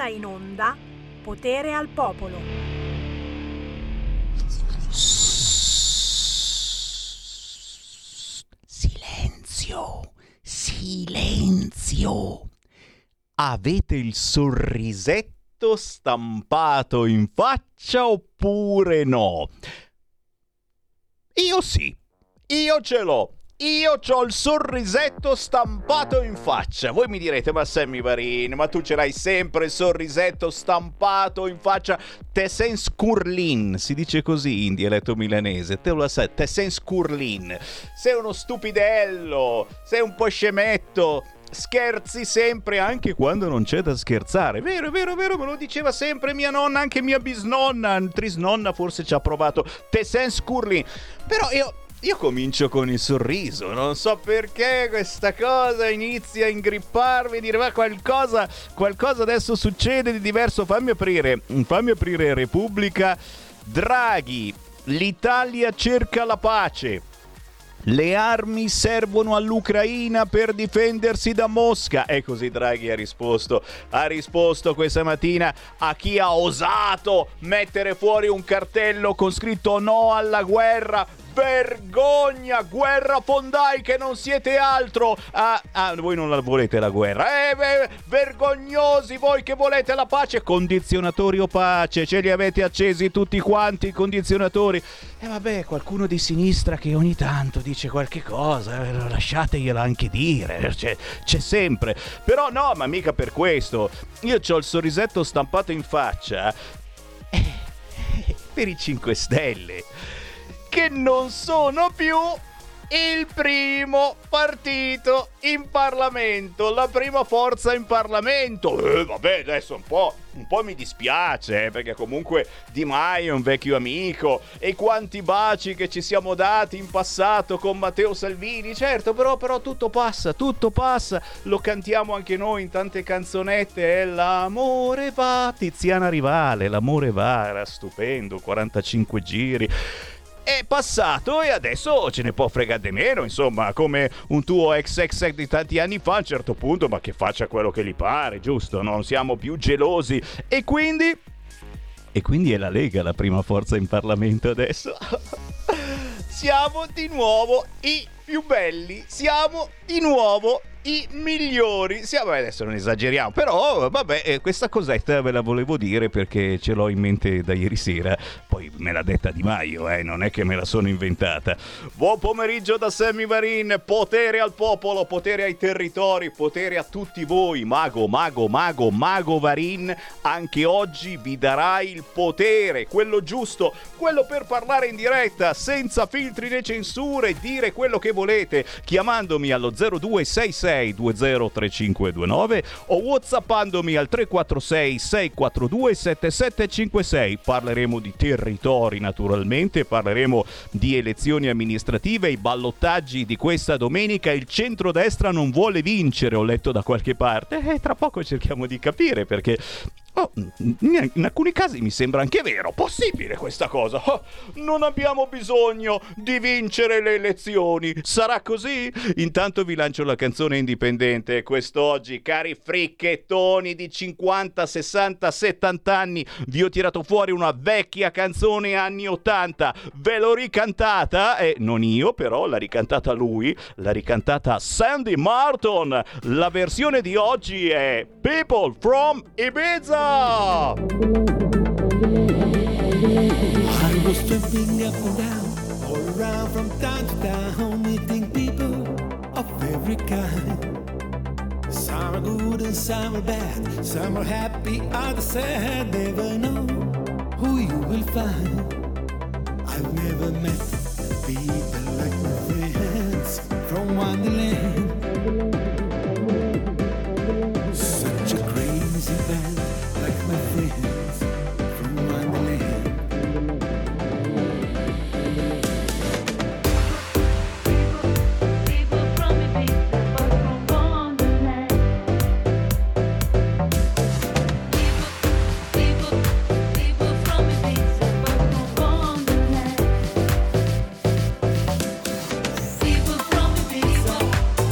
ora in onda Potere al Popolo. Silenzio, silenzio. Avete il sorrisetto stampato in faccia oppure no? Io sì, io ce l'ho. Io c'ho il sorrisetto stampato in faccia. Voi mi direte, ma Sammy Varin, ma tu ce l'hai sempre il sorrisetto stampato in faccia. Te sen scurlin, si dice così in dialetto milanese. Te lo sai, te sen scurlin. Sei uno stupidello, sei un po' scemetto. Scherzi sempre anche quando non c'è da scherzare. Vero, me lo diceva sempre mia nonna, anche mia bisnonna, trisnonna forse ci ha provato. Te sen scurlin. Però io comincio con il sorriso, non so perché questa cosa inizia a ingripparmi, dire ma qualcosa adesso succede di diverso. Fammi aprire Repubblica. Draghi, l'Italia cerca la pace. Le armi servono all'Ucraina per difendersi da Mosca. E così Draghi ha risposto questa mattina a chi ha osato mettere fuori un cartello con scritto no alla guerra. Vergogna, guerra fondai che non siete altro. Voi non la volete la guerra. Vergognosi voi che volete la pace. Condizionatori o pace, ce li avete accesi tutti quanti i condizionatori. Vabbè, qualcuno di sinistra che ogni tanto dice qualche cosa, lasciategliela anche dire, c'è sempre. Però no, ma mica per questo. Io c'ho il sorrisetto stampato in faccia per i 5 Stelle, che non sono più il primo partito in Parlamento, la prima forza in Parlamento. Vabbè, adesso un po' mi dispiace, perché comunque Di Maio è un vecchio amico, e quanti baci che ci siamo dati in passato con Matteo Salvini. Certo, però tutto passa, lo cantiamo anche noi in tante canzonette. L'amore va, Tiziana Rivale, l'amore va, era stupendo, 45 giri. È passato e adesso ce ne può fregare di meno, insomma, come un tuo ex di tanti anni fa a un certo punto, ma che faccia quello che gli pare, giusto? Non siamo più gelosi. E quindi è la Lega la prima forza in Parlamento adesso. Siamo di nuovo i più belli, siamo di nuovo i migliori. Adesso non esageriamo, però vabbè, questa cosetta ve la volevo dire perché ce l'ho in mente da ieri sera. Poi me l'ha detta Di Maio, non è che me la sono inventata. Buon pomeriggio da Sammy Varin. Potere al popolo, potere ai territori, potere a tutti voi. Mago Varin, anche oggi vi darà il potere, quello giusto, quello per parlare in diretta senza filtri né censure, dire quello che volete, chiamandomi allo 0266 203529 o whatsappandomi al 346 642 7756. Parleremo di territori, naturalmente, parleremo di elezioni amministrative, i ballottaggi di questa domenica. Il centrodestra non vuole vincere, ho letto da qualche parte, e tra poco cerchiamo di capire perché. In alcuni casi mi sembra anche vero, possibile questa cosa. Non abbiamo bisogno di vincere le elezioni, sarà così? Intanto vi lancio la canzone indipendente quest'oggi, cari fricchettoni di 50, 60, 70 anni. Vi ho tirato fuori una vecchia canzone anni 80, ve l'ho ricantata, e non io, però l'ha ricantata lui, l'ha ricantata Sandy Martin. La versione di oggi è People from Ibiza. I was jumping up and down, all around from town to town, meeting people of every kind. Some are good and some are bad, some are happy, others sad. Never know who you will find. I've never met people like my friends from Wonderland. Such a crazy band, like my friends from Wonderland. People from Ibiza, but from Wonderland. People from Ibiza, but from Wonderland. People from Ibiza.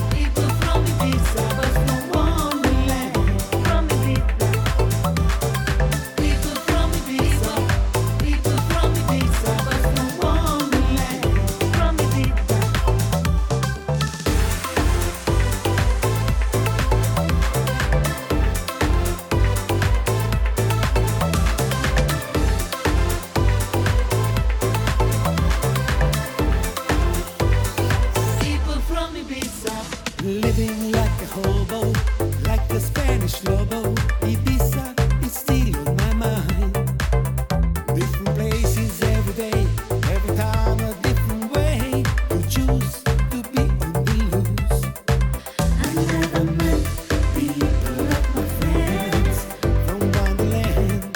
lobo, like the Spanish lobo. Ibiza is still on my mind. Different places every day, every time a different way. You choose to be on the loose. I never met people like my friends from Wonderland.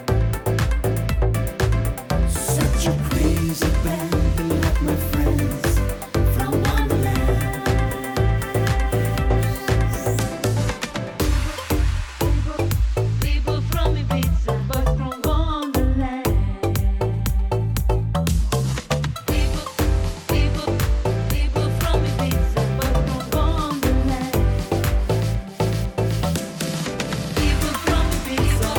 Such a crazy band, like my friends from Wonderland. People from Ibiza, but from Wonderland. People from Ibiza, but from Wonderland. People from Ibiza,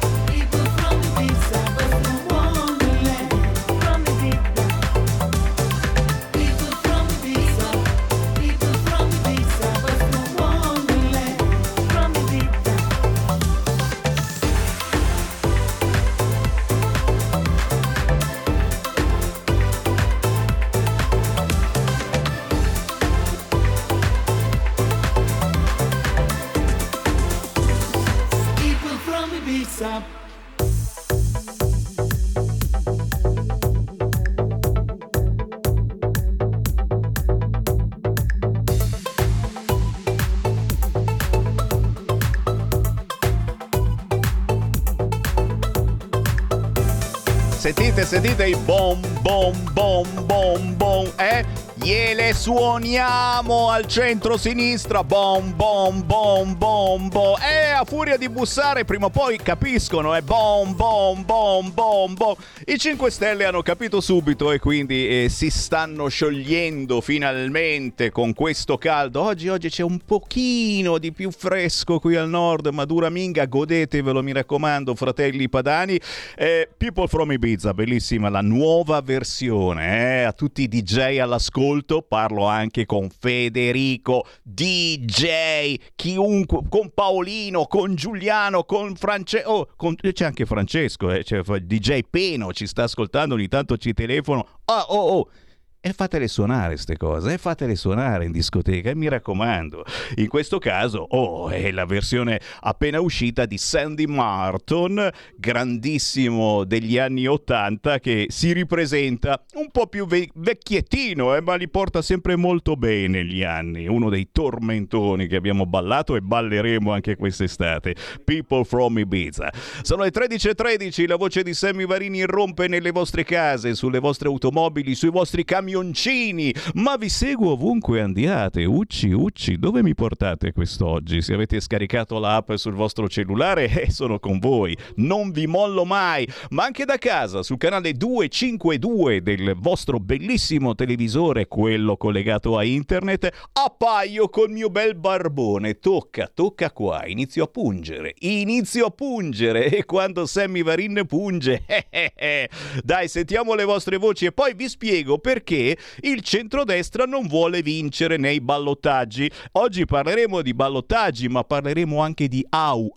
but from Wonderland. From Ibiza. People from Ibiza, but from Wonderland. From Ibiza. People from Ibiza. Sentite i bom bom bom bom bom, gliele suoniamo al centro-sinistra, bom bom bom bom bom, a furia di bussare prima o poi capiscono, bom bom bom bom bom. I 5 Stelle hanno capito subito e quindi si stanno sciogliendo finalmente con questo caldo. Oggi c'è un pochino di più fresco qui al nord, ma dura minga, godetevelo mi raccomando, fratelli padani. People from Ibiza, bellissima la nuova versione, a tutti i DJ all'ascolto, parlo anche con Federico, DJ, chiunque, con Paolino, con Giuliano, con Francesco, c'è anche Francesco, c'è DJ Peno, ci sta ascoltando, ogni tanto ci telefono, e fatele suonare ste cose, fatele suonare in discoteca, mi raccomando. In questo caso, è la versione appena uscita di Sandy Martin, grandissimo degli anni 80, che si ripresenta un po' più vecchiettino, ma li porta sempre molto bene gli anni. Uno dei tormentoni che abbiamo ballato e balleremo anche quest'estate. People from Ibiza. Sono le 13:13, la voce di Sammy Varini irrompe nelle vostre case, sulle vostre automobili, sui vostri camioncini, ma vi seguo ovunque andiate. Ucci, dove mi portate quest'oggi? Se avete scaricato l'app sul vostro cellulare, sono con voi, non vi mollo mai, ma anche da casa sul canale 252 del vostro bellissimo televisore, quello collegato a internet, appaio col mio bel barbone, tocca qua, inizio a pungere, e quando Sammy Varin punge, dai, sentiamo le vostre voci e poi vi spiego perché il centrodestra non vuole vincere nei ballottaggi. Oggi parleremo di ballottaggi, ma parleremo anche di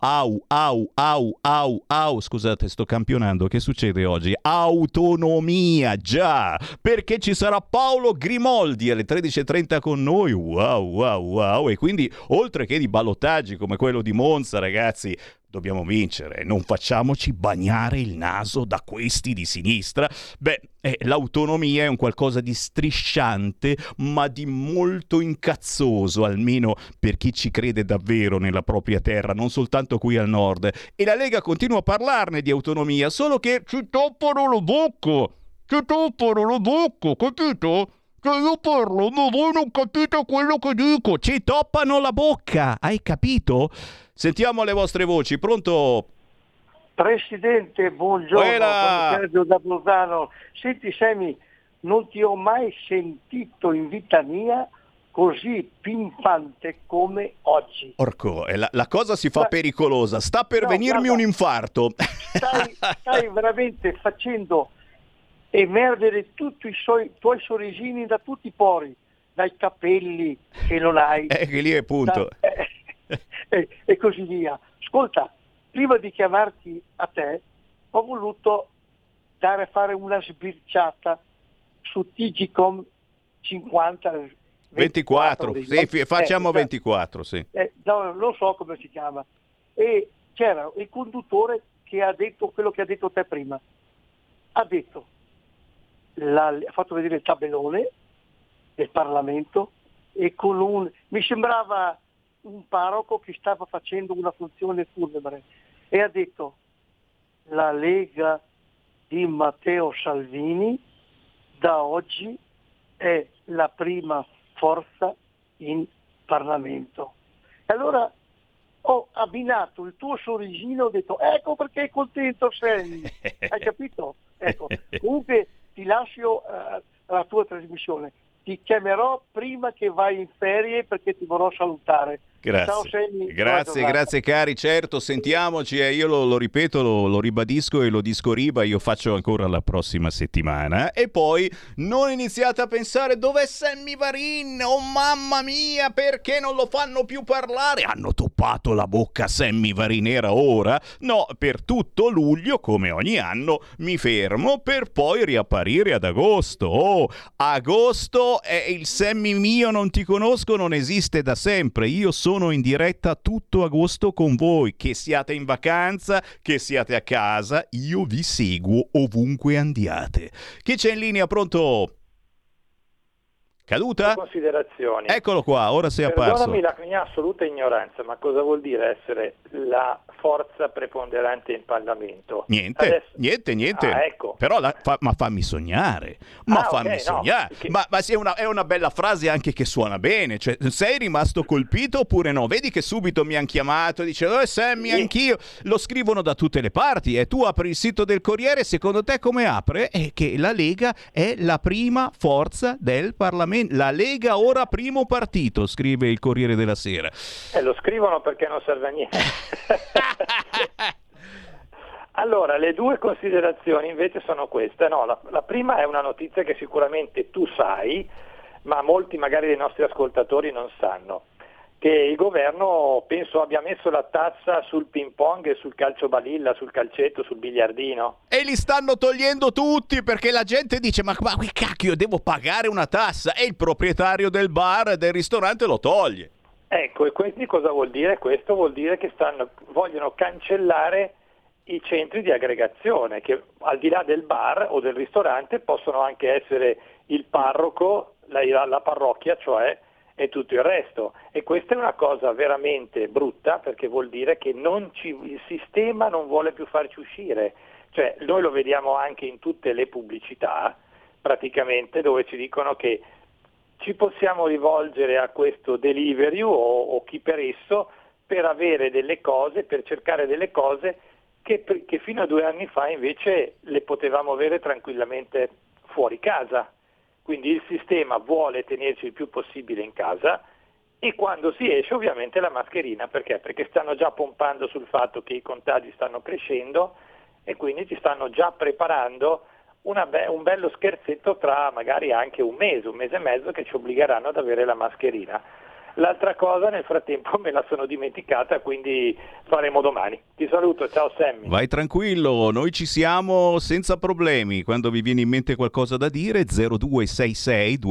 scusate, sto campionando, che succede oggi? Autonomia, già, perché ci sarà Paolo Grimoldi alle 13:30 con noi, wow, e quindi oltre che di ballottaggi come quello di Monza, ragazzi, dobbiamo vincere, non facciaci bagnare il naso da questi di sinistra. L'autonomia è un qualcosa di strisciante, ma di molto incazzoso, almeno per chi ci crede davvero nella propria terra, non soltanto qui al nord. E la Lega continua a parlarne di autonomia, solo che ci toppano la bocca, capito? Che io parlo, ma voi non capite quello che dico. Ci toppano la bocca, hai capito? Sentiamo le vostre voci, pronto? Presidente, buongiorno, sono Sergio da Bolzano. Senti Sammy, non ti ho mai sentito in vita mia così pimpante come oggi. Orco, la cosa si fa pericolosa, sta per venirmi un infarto. Stai veramente facendo emergere tutti i tuoi sorrisini da tutti i pori, dai capelli che non hai. Che lì è punto. E così via. Ascolta, prima di chiamarti a te, ho voluto fare una sbirciata su Tigicom 50, 24, sì, facciamo 24, sì. No, non so come si chiama. E c'era il conduttore che ha detto quello che ha detto te prima. Ha detto, ha fatto vedere il tabellone del Parlamento e mi sembrava un parroco che stava facendo una funzione funebre e ha detto la Lega di Matteo Salvini da oggi è la prima forza in Parlamento. E allora ho abbinato il tuo sorrisino e ho detto ecco perché è contento sei, hai capito? Ecco, comunque ti lascio alla tua trasmissione, ti chiamerò prima che vai in ferie perché ti vorrò salutare. Grazie. Ciao Sammy. Grazie cari, certo, sentiamoci, io lo ripeto, lo ribadisco e lo discoriba, io faccio ancora la prossima settimana e poi non iniziate a pensare dov'è Sammy Varin, oh mamma mia perché non lo fanno più parlare, hanno toppato la bocca a Sammy Varin, era ora? No, per tutto luglio come ogni anno mi fermo per poi riapparire ad agosto. Agosto è il Sammy mio, non ti conosco, non esiste da sempre, io sono in diretta tutto agosto con voi, che siate in vacanza, che siate a casa, io vi seguo ovunque andiate. Chi c'è in linea, pronto? Caduta? Considerazioni. Eccolo qua, ora sei apparso. Perdonami la mia assoluta ignoranza, ma cosa vuol dire essere la forza preponderante in Parlamento? Niente. Ah, ecco. Però ma fammi sognare. Sognare. No, Ma sì, è una bella frase anche che suona bene. Cioè, sei rimasto colpito oppure no? Vedi che subito mi hanno chiamato e dice Sammy, sì. Anch'io. Lo scrivono da tutte le parti e tu apri il sito del Corriere, secondo te come apre? È che la Lega è la prima forza del Parlamento. La Lega ora primo partito, scrive il Corriere della Sera. Lo scrivono perché non serve a niente. Allora, le due considerazioni invece sono queste. No, la prima è una notizia che sicuramente tu sai, ma molti magari dei nostri ascoltatori non sanno, che il governo penso abbia messo la tassa sul ping pong e sul calcio balilla, sul calcetto, sul biliardino. E li stanno togliendo tutti perché la gente dice ma che cacchio, devo pagare una tassa, e il proprietario del bar, del ristorante lo toglie. Ecco, e quindi cosa vuol dire? Questo vuol dire che vogliono cancellare i centri di aggregazione, che al di là del bar o del ristorante possono anche essere il parroco, la parrocchia, cioè, e tutto il resto. E questa è una cosa veramente brutta, perché vuol dire che il sistema non vuole più farci uscire. Cioè, noi lo vediamo anche in tutte le pubblicità, praticamente, dove ci dicono che ci possiamo rivolgere a questo delivery o chi per esso per avere delle cose, per cercare delle cose che fino a 2 anni fa invece le potevamo avere tranquillamente fuori casa. Quindi il sistema vuole tenerci il più possibile in casa e quando si esce ovviamente la mascherina. Perché? Perché stanno già pompando sul fatto che i contagi stanno crescendo e quindi ci stanno già preparando un bello scherzetto tra magari anche un mese e mezzo che ci obbligheranno ad avere la mascherina. L'altra cosa nel frattempo me la sono dimenticata, quindi faremo domani. Ti saluto, ciao Sammy. Vai tranquillo, noi ci siamo senza problemi. Quando vi viene in mente qualcosa da dire 0266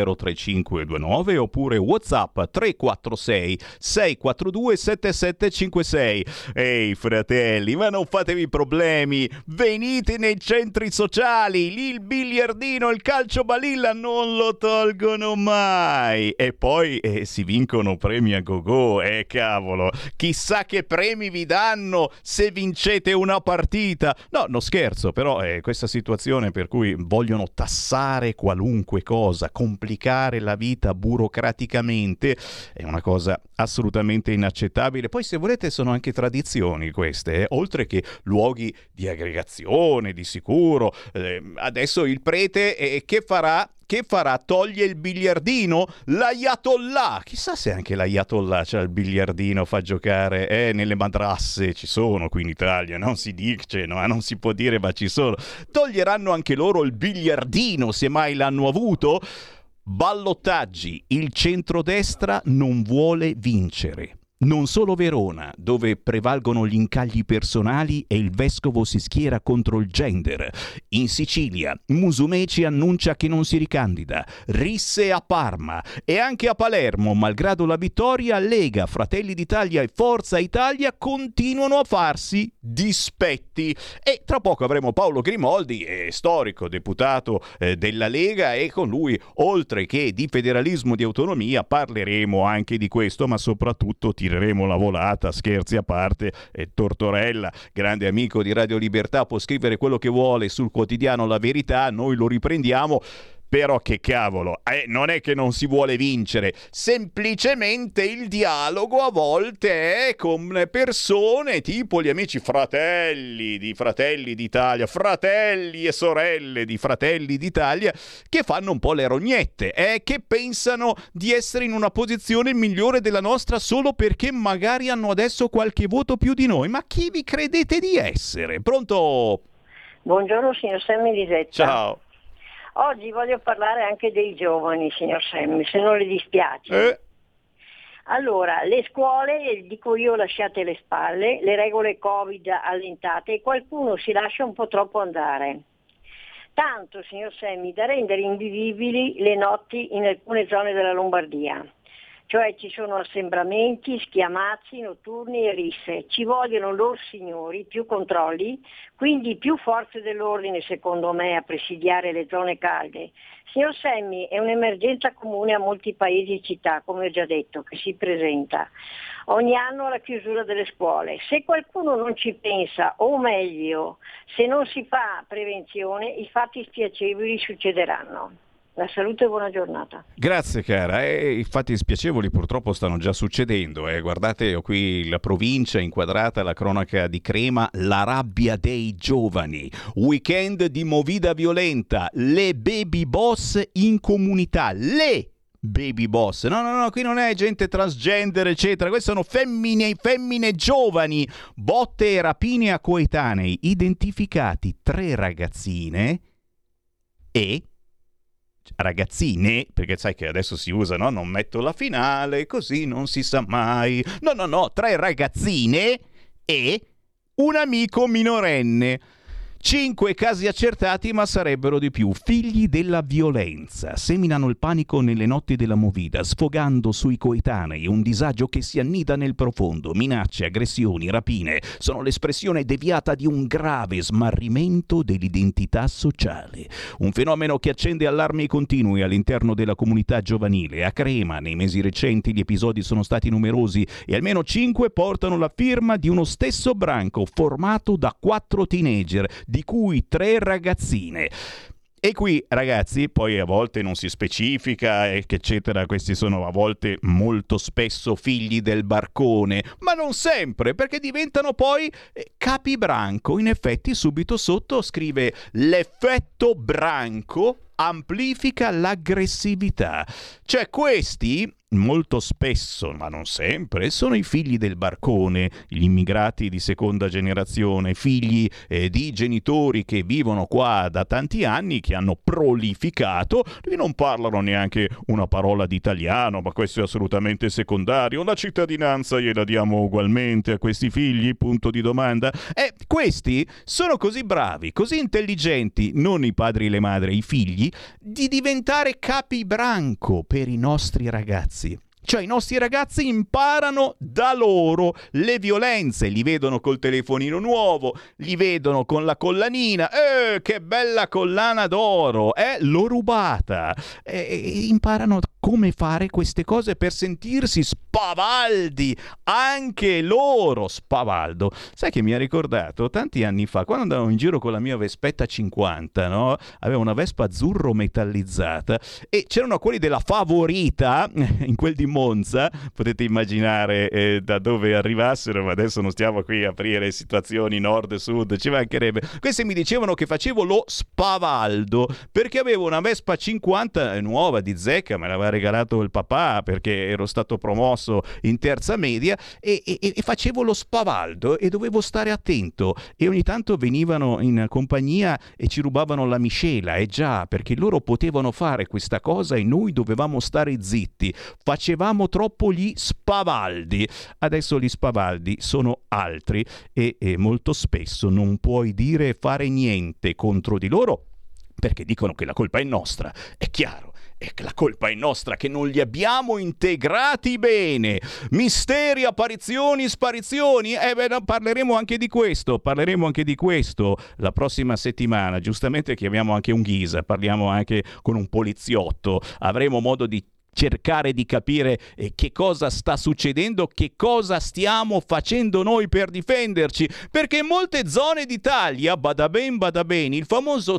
203529 oppure WhatsApp 346 642 7756. Ehi fratelli, ma non fatevi problemi, venite nei centri sociali, lì il biliardino, il calcio balilla non lo tolgono mai. E poi si vincono premi a go-go, cavolo, chissà che premi vi danno se vincete una partita. No, non scherzo, però questa situazione per cui vogliono tassare qualunque cosa, complicare la vita burocraticamente, è una cosa assolutamente inaccettabile. Poi se volete sono anche tradizioni queste, oltre che luoghi di aggregazione, di sicuro. Adesso il prete che farà? Toglie il biliardino? L'Ayatollah! Chissà se anche l'Ayatollah c'ha il biliardino, fa giocare nelle madrasse, ci sono qui in Italia, non si dice, no? Non si può dire, ma ci sono. Toglieranno anche loro il biliardino, se mai l'hanno avuto? Ballottaggi, il centrodestra non vuole vincere. Non solo Verona, dove prevalgono gli incagli personali e il vescovo si schiera contro il gender. In Sicilia, Musumeci annuncia che non si ricandida. Risse a Parma e anche a Palermo, malgrado la vittoria, Lega, Fratelli d'Italia e Forza Italia continuano a farsi dispetti. E tra poco avremo Paolo Grimoldi, storico deputato della Lega, e con lui, oltre che di federalismo, di autonomia, parleremo anche di questo, ma soprattutto tireremo la volata, scherzi a parte. Tortorella, grande amico di Radio Libertà, può scrivere quello che vuole sul quotidiano La Verità, noi lo riprendiamo. Però che cavolo, non è che non si vuole vincere, semplicemente il dialogo a volte è con persone tipo gli amici fratelli di Fratelli d'Italia, fratelli e sorelle di Fratelli d'Italia, che fanno un po' le rognette, che pensano di essere in una posizione migliore della nostra solo perché magari hanno adesso qualche voto più di noi. Ma chi vi credete di essere? Pronto? Buongiorno signor Semmi Lisetta. Ciao. Oggi voglio parlare anche dei giovani, signor Semmi, se non le dispiace. Allora, le scuole, dico io, lasciate alle spalle, le regole Covid allentate e qualcuno si lascia un po' troppo andare. Tanto, signor Semmi, da rendere invivibili le notti in alcune zone della Lombardia. Cioè ci sono assembramenti, schiamazzi notturni e risse. Ci vogliono loro signori, più controlli, quindi più forze dell'ordine secondo me a presidiare le zone calde. Signor Semmi, è un'emergenza comune a molti paesi e città, come ho già detto, che si presenta ogni anno alla chiusura delle scuole. Se qualcuno non ci pensa, o meglio, se non si fa prevenzione, i fatti spiacevoli succederanno. La salute e buona giornata. Grazie cara, i fatti spiacevoli purtroppo stanno già succedendo. Guardate, ho qui la provincia inquadrata, la cronaca di Crema, la rabbia dei giovani, weekend di movida violenta, le baby boss in comunità, le baby boss, no, qui non è gente transgender eccetera, queste sono femmine giovani, botte e rapine a coetanei, identificati 3 ragazzine e ragazzine, perché sai che adesso si usa, no? Non metto la finale, così non si sa mai. No, 3 ragazzine e un amico minorenne. 5 casi accertati, ma sarebbero di più. Figli della violenza, seminano il panico nelle notti della movida, sfogando sui coetanei un disagio che si annida nel profondo. Minacce, aggressioni, rapine sono l'espressione deviata di un grave smarrimento dell'identità sociale. Un fenomeno che accende allarmi continui all'interno della comunità giovanile. A Crema, nei mesi recenti, gli episodi sono stati numerosi e almeno 5 portano la firma di uno stesso branco formato da 4 teenager, di cui 3 ragazzine. E qui, ragazzi, poi a volte non si specifica, eccetera, questi sono a volte molto spesso figli del barcone, ma non sempre, perché diventano poi capi branco. In effetti, subito sotto scrive: l'effetto branco amplifica l'aggressività. Cioè questi molto spesso, ma non sempre, sono i figli del barcone, gli immigrati di seconda generazione, figli di genitori che vivono qua da tanti anni, che hanno prolificato, che non parlano neanche una parola di italiano, ma questo è assolutamente secondario. La cittadinanza gliela diamo ugualmente a questi figli? Punto di domanda. Questi sono così bravi, così intelligenti, non i padri e le madri, i figli, di diventare capi branco per i nostri ragazzi. Cioè i nostri ragazzi imparano da loro le violenze, li vedono col telefonino nuovo, li vedono con la collanina, che bella collana d'oro, l'ho rubata, imparano come fare queste cose per sentirsi spavaldi, anche loro spavaldo. Sai che mi ha ricordato tanti anni fa, quando andavo in giro con la mia Vespetta 50, no? Avevo una Vespa azzurro metallizzata e c'erano quelli della Favorita, in quel di Monza, potete immaginare da dove arrivassero, ma adesso non stiamo qui a aprire situazioni nord e sud, ci mancherebbe. Questi mi dicevano che facevo lo spavaldo, perché avevo una Vespa 50 nuova di zecca, me l'aveva regalato il papà perché ero stato promosso in terza media e facevo lo spavaldo e dovevo stare attento, e ogni tanto venivano in compagnia e ci rubavano la miscela, già, perché loro potevano fare questa cosa e noi dovevamo stare zitti, facevamo troppo gli spavaldi. Adesso gli spavaldi sono altri e molto spesso non puoi dire e fare niente contro di loro perché dicono che la colpa è nostra. È chiaro, e la colpa è nostra che non li abbiamo integrati bene. Misteri, apparizioni, sparizioni, parleremo anche di questo la prossima settimana. Giustamente chiamiamo anche un ghisa, parliamo anche con un poliziotto, avremo modo di cercare di capire che cosa sta succedendo, che cosa stiamo facendo noi per difenderci, perché in molte zone d'Italia, bada bene, il famoso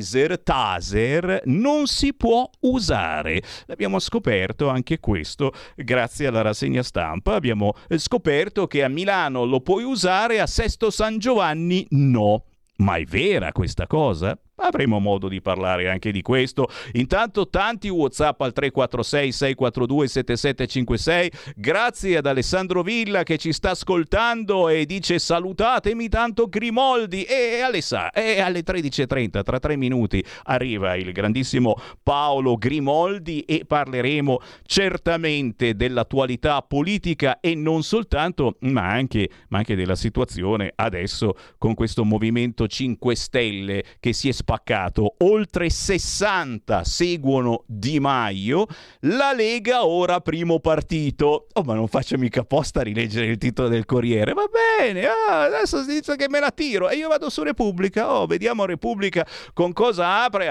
taser non si può usare. L'abbiamo scoperto anche questo grazie alla rassegna stampa. Abbiamo scoperto che a Milano lo puoi usare, a Sesto San Giovanni no. Ma è vera questa cosa? Avremo modo di parlare anche di questo. Intanto tanti WhatsApp al 346 642 7756. Grazie ad Alessandro Villa che ci sta ascoltando e dice salutatemi tanto Grimoldi. E alle 13.30, tra 3 minuti, arriva il grandissimo Paolo Grimoldi e parleremo certamente dell'attualità politica e non soltanto, ma anche della situazione adesso con questo Movimento 5 Stelle che si è spaccato. Oltre 60 seguono Di Maio, la Lega ora primo partito. Ma non faccio mica apposta a rileggere il titolo del Corriere. Va bene, adesso si dice che me la tiro e io vado su Repubblica. Vediamo Repubblica con cosa apre.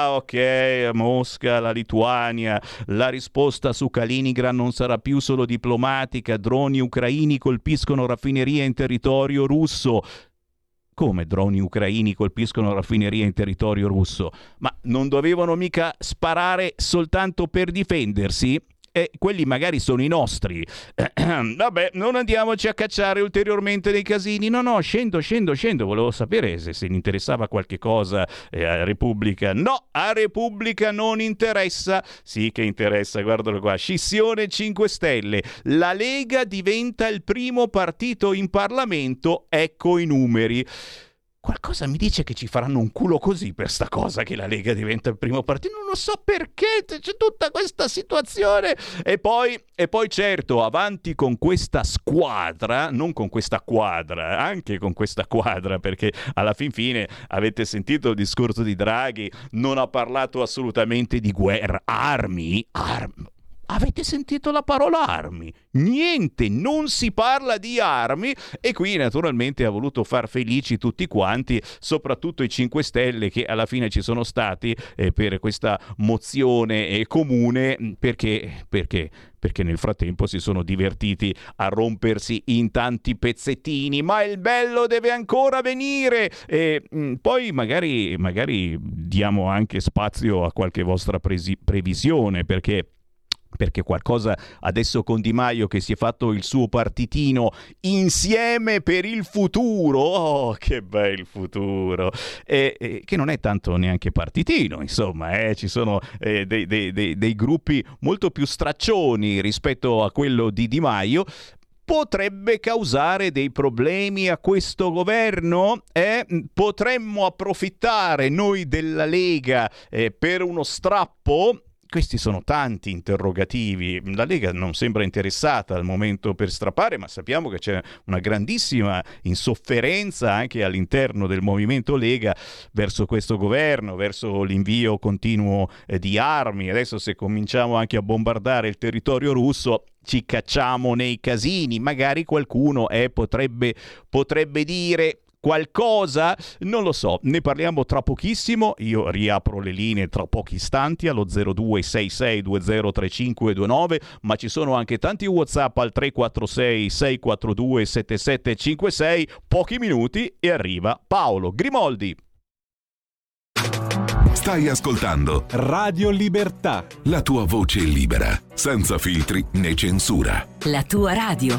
Ok, Mosca, la Lituania, la risposta su Kaliningrad non sarà più solo diplomatica, droni ucraini colpiscono raffinerie in territorio russo. Come droni ucraini colpiscono raffinerie in territorio russo? Ma non dovevano mica sparare soltanto per difendersi? Quelli magari sono i nostri. Vabbè, non andiamoci a cacciare ulteriormente dei casini. No, scendo. Volevo sapere se ne interessava qualche cosa a Repubblica. No, a Repubblica non interessa. Sì che interessa, guardalo qua. Scissione 5 Stelle. La Lega diventa il primo partito in Parlamento. Ecco i numeri. Qualcosa mi dice che ci faranno un culo così per sta cosa, che la Lega diventa il primo partito. Non lo so perché, c'è tutta questa situazione. E poi certo, avanti con questa squadra, non con questa quadra, anche con questa quadra, perché alla fin fine avete sentito il discorso di Draghi, non ha parlato assolutamente di guerra, armi. Avete sentito la parola armi? Niente, non si parla di armi, e qui naturalmente ha voluto far felici tutti quanti, soprattutto i 5 Stelle che alla fine ci sono stati per questa mozione comune, perché nel frattempo si sono divertiti a rompersi in tanti pezzettini, ma il bello deve ancora venire. E poi magari diamo anche spazio a qualche vostra previsione, perché qualcosa adesso con Di Maio che si è fatto il suo partitino insieme per il futuro. Oh, che bel futuro! Che non è tanto neanche partitino, insomma, ci sono dei gruppi molto più straccioni rispetto a quello di Di Maio. Potrebbe causare dei problemi a questo governo? Potremmo approfittare noi della Lega per uno strappo? Questi sono tanti interrogativi. La Lega non sembra interessata al momento per strappare, ma sappiamo che c'è una grandissima insofferenza anche all'interno del movimento Lega verso questo governo, verso l'invio continuo di armi. Adesso se cominciamo anche a bombardare il territorio russo ci cacciamo nei casini. Magari qualcuno potrebbe dire qualcosa, non lo so, ne parliamo tra pochissimo. Io riapro le linee tra pochi istanti allo 0266203529, ma ci sono anche tanti WhatsApp al 346 642 7756. Pochi minuti e arriva Paolo Grimoldi. Stai ascoltando Radio Libertà, la tua voce libera, senza filtri né censura. La tua radio.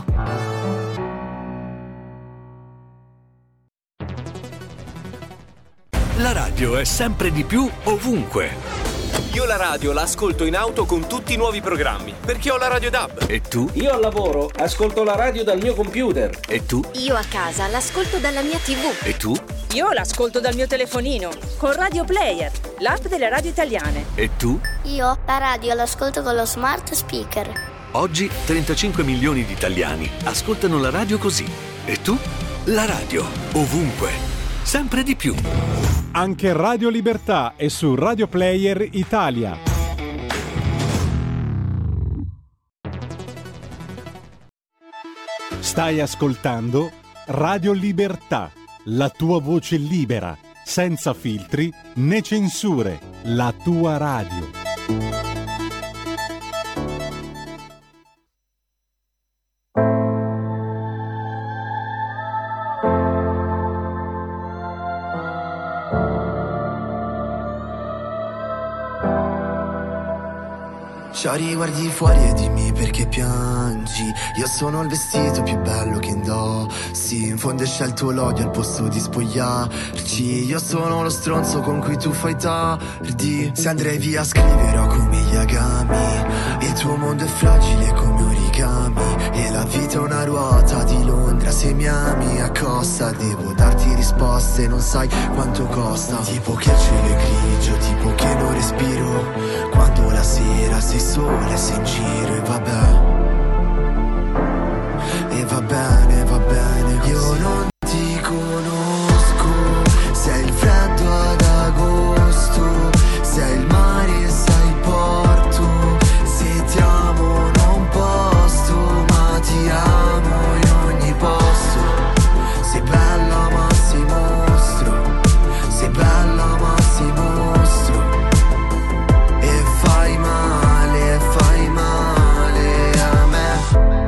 La radio è sempre di più ovunque. Io la radio la ascolto in auto con tutti i nuovi programmi, perché ho la Radio DAB. E tu? Io al lavoro ascolto la radio dal mio computer. E tu? Io a casa l'ascolto dalla mia TV. E tu? Io l'ascolto dal mio telefonino, con Radio Player, l'app delle radio italiane. E tu? Io la radio l'ascolto con lo smart speaker. Oggi 35 milioni di italiani ascoltano la radio così. E tu? La radio, ovunque, sempre di più. Anche Radio Libertà è su Radio Player Italia. Stai ascoltando Radio Libertà, la tua voce libera, senza filtri né censure, la tua radio. Shawty, guardi fuori e dimmi perché piangi. Io sono il vestito più bello che indossi. In fondo hai scelto l'odio al posto di spogliarci. Io sono lo stronzo con cui tu fai tardi. Se andrei via scriverò come gli agami. Il tuo mondo è fragile come origami. E la vita è una ruota di Londra. Se mi ami a costa devo darti risposte, non sai quanto costa. Tipo che il cielo è grigio, tipo che non respiro. Quando la sera sei sole, sei in giro e vabbè. E va bene, io non ti conosco. Sei il freddo ad agosto, sei il mare, sei il porto. Se ti amo non posso, ma ti amo in ogni posto. Sei bella ma sei mostro, sei bella ma sei mostro. E fai male a me.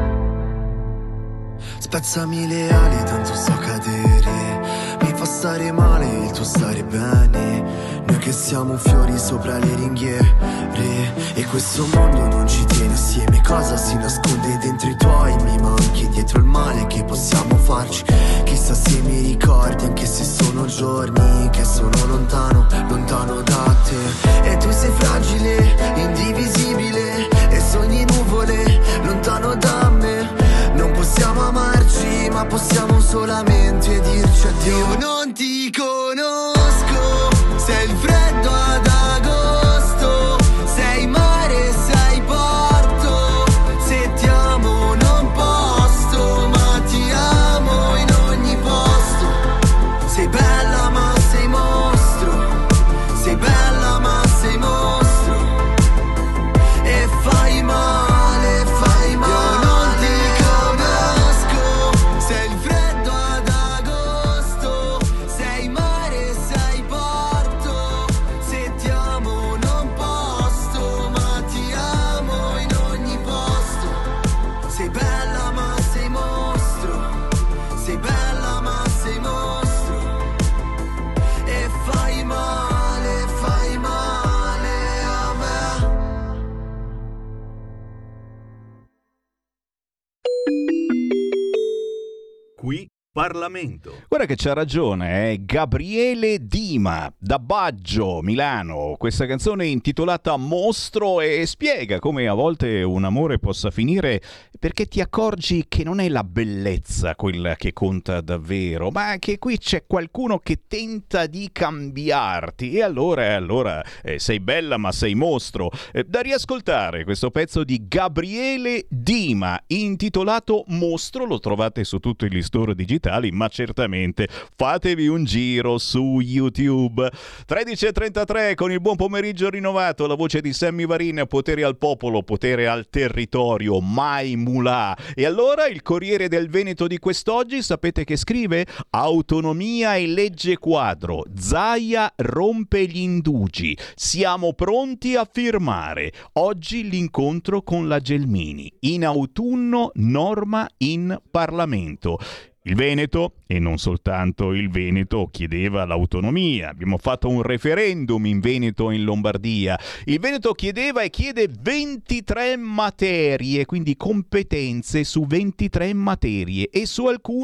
Spezzami le ali, tanto so cadere. Mi fa stare male il tuo stare bene. Noi che siamo fiori sopra le ringhiere. E questo mondo non ci tiene assieme. Cosa si nasconde dentro i tuoi? Mi manchi dietro il male che possiamo farci. Chissà se mi ricordi, anche se sono giorni che sono lontano, lontano da te. E tu sei fragile, indivisibile, e sogni nuvole, lontano da me. Non possiamo amarci, ma possiamo solamente dirci addio. Io non ti conosco, sei il freddo ad agosto, sei mare, sei porto. Se ti amo non posso, ma ti amo in ogni posto. Sei bella ma sei mostro, sei bella ma sei mostro. E fai male. Io non ti conosco, sei il freddo ad agosto, sei mare, sei porto. Se ti amo non posso, ma ti amo in ogni posto. Sei bella ma sei mostro, sei bella ma sei mostro. E fai male a me. Qui Parlamento. Guarda che c'ha ragione, Gabriele Dima, da Baggio, Milano. Questa canzone è intitolata Mostro e spiega come a volte un amore possa finire perché ti accorgi che non è la bellezza quella che conta davvero, ma che qui c'è qualcuno che tenta di cambiarti. E allora sei bella ma sei mostro. Da riascoltare questo pezzo di Gabriele Dima intitolato Mostro, lo trovate su tutti gli store digitali, ma certamente fatevi un giro su YouTube. 13:33 con il buon pomeriggio rinnovato, la voce di Sammy Varin, potere al popolo, potere al territorio, mai mulà. E allora il Corriere del Veneto di quest'oggi sapete che scrive? Autonomia e legge quadro, Zaia rompe gli indugi, siamo pronti a firmare. Oggi l'incontro con la Gelmini, in autunno norma in Parlamento. Il Veneto, e non soltanto il Veneto, chiedeva l'autonomia. Abbiamo fatto un referendum in Veneto e in Lombardia. Il Veneto chiedeva e chiede 23 materie, quindi competenze su 23 materie, e su alcune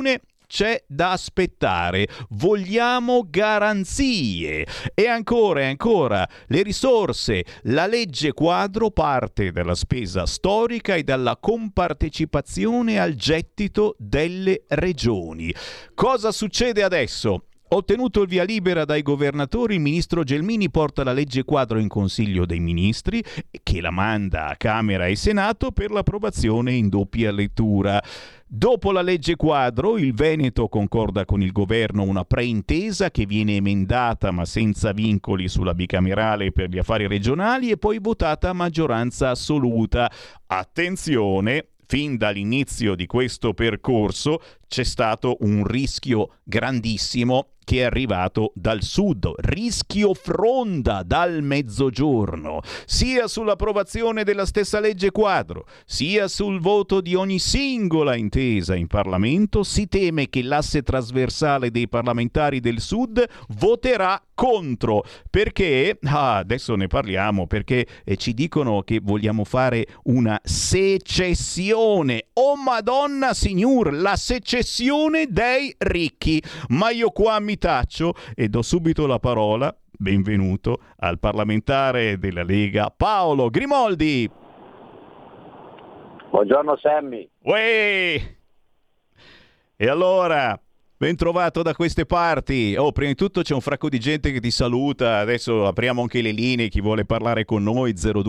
c'è da aspettare, vogliamo garanzie. E ancora, le risorse. La legge quadro parte dalla spesa storica e dalla compartecipazione al gettito delle regioni. Cosa succede adesso? Ottenuto il via libera dai governatori, il ministro Gelmini porta la legge quadro in Consiglio dei Ministri, che la manda a Camera e Senato per l'approvazione in doppia lettura. Dopo la legge quadro, il Veneto concorda con il governo una preintesa che viene emendata ma senza vincoli sulla bicamerale per gli affari regionali e poi votata a maggioranza assoluta. Attenzione! Fin dall'inizio di questo percorso c'è stato un rischio grandissimo che è arrivato dal sud, rischio fronda dal mezzogiorno, sia sull'approvazione della stessa legge quadro, sia sul voto di ogni singola intesa in Parlamento. Si teme che l'asse trasversale dei parlamentari del sud voterà contro, perché adesso ne parliamo, perché ci dicono che vogliamo fare una secessione. Oh Madonna signor, la secessione dei ricchi. Ma io qua mi taccio e do subito la parola, benvenuto, al parlamentare della Lega Paolo Grimoldi. Buongiorno Sammy. Uè! E allora, ben trovato da queste parti. Prima di tutto c'è un fracco di gente che ti saluta. Adesso apriamo anche le linee, chi vuole parlare con noi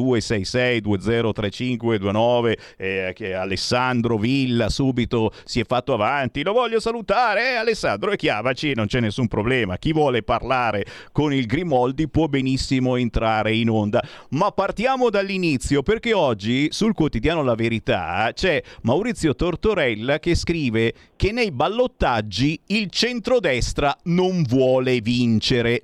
0266203529. Che Alessandro Villa subito si è fatto avanti. Lo voglio salutare, Alessandro, e chiamaci, non c'è nessun problema. Chi vuole parlare con il Grimoldi può benissimo entrare in onda. Ma partiamo dall'inizio, perché oggi sul quotidiano La Verità c'è Maurizio Tortorella che scrive che nei ballottaggi il centrodestra non vuole vincere.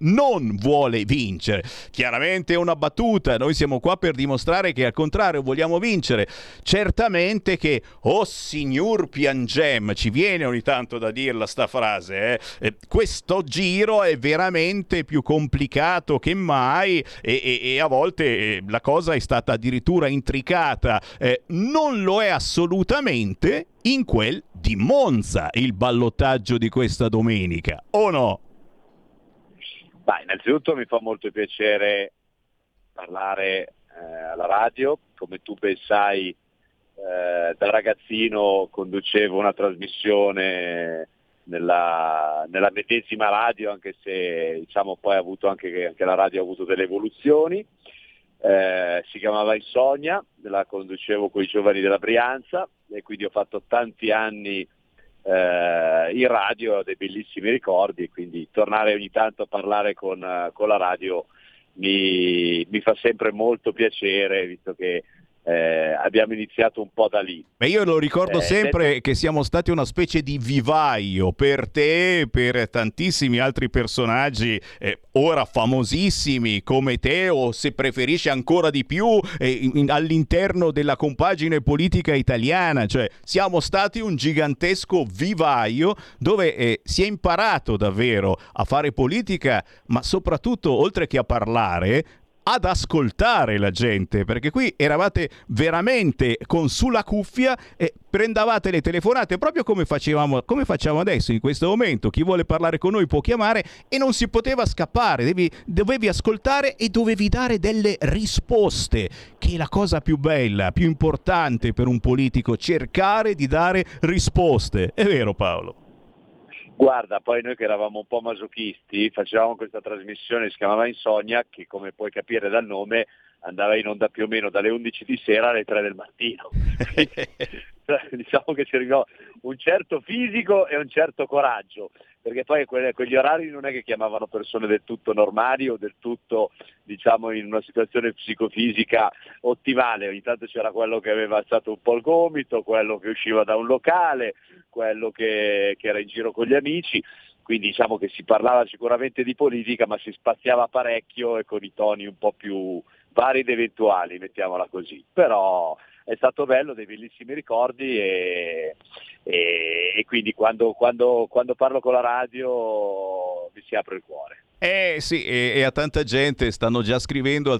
Chiaramente è una battuta, noi siamo qua per dimostrare che al contrario vogliamo vincere. Certamente che, oh signor piangem, ci viene ogni tanto da dirla sta frase, questo giro è veramente più complicato che mai e a volte la cosa è stata addirittura intricata. Non lo è assolutamente in quel di Monza, il ballottaggio di questa domenica, o no? Innanzitutto mi fa molto piacere parlare alla radio. Come tu ben sai, da ragazzino conducevo una trasmissione nella medesima radio, anche se diciamo poi ha avuto anche la radio ha avuto delle evoluzioni. Si chiamava Insonnia, la conducevo con i giovani della Brianza e quindi ho fatto tanti anni in radio, ho dei bellissimi ricordi, e quindi tornare ogni tanto a parlare con la radio mi fa sempre molto piacere, visto che abbiamo iniziato un po' da lì. Io lo ricordo sempre che siamo stati una specie di vivaio per te e per tantissimi altri personaggi ora famosissimi come te, o se preferisci ancora di più all'interno della compagine politica italiana. Cioè siamo stati un gigantesco vivaio dove si è imparato davvero a fare politica, ma soprattutto, oltre che a parlare, ad ascoltare la gente, perché qui eravate veramente con sulla cuffia e prendavate le telefonate proprio come facciamo adesso in questo momento. Chi vuole parlare con noi può chiamare e non si poteva scappare, dovevi ascoltare e dovevi dare delle risposte, che è la cosa più bella, più importante per un politico, cercare di dare risposte. È vero, Paolo? Guarda, poi noi che eravamo un po' masochisti facevamo questa trasmissione, si chiamava Insonnia, che come puoi capire dal nome andava in onda più o meno dalle 11 di sera alle 3 del mattino. Diciamo che ci arrivò un certo fisico e un certo coraggio, perché poi quegli orari non è che chiamavano persone del tutto normali o del tutto, diciamo, in una situazione psicofisica ottimale. Ogni tanto c'era quello che aveva alzato un po' il gomito, quello che usciva da un locale, quello che era in giro con gli amici, quindi diciamo che si parlava sicuramente di politica, ma si spaziava parecchio e con i toni un po' più vari ed eventuali, mettiamola così. Però è stato bello, dei bellissimi ricordi e quindi quando parlo con la radio mi si apre il cuore. Sì, e a tanta gente stanno già scrivendo al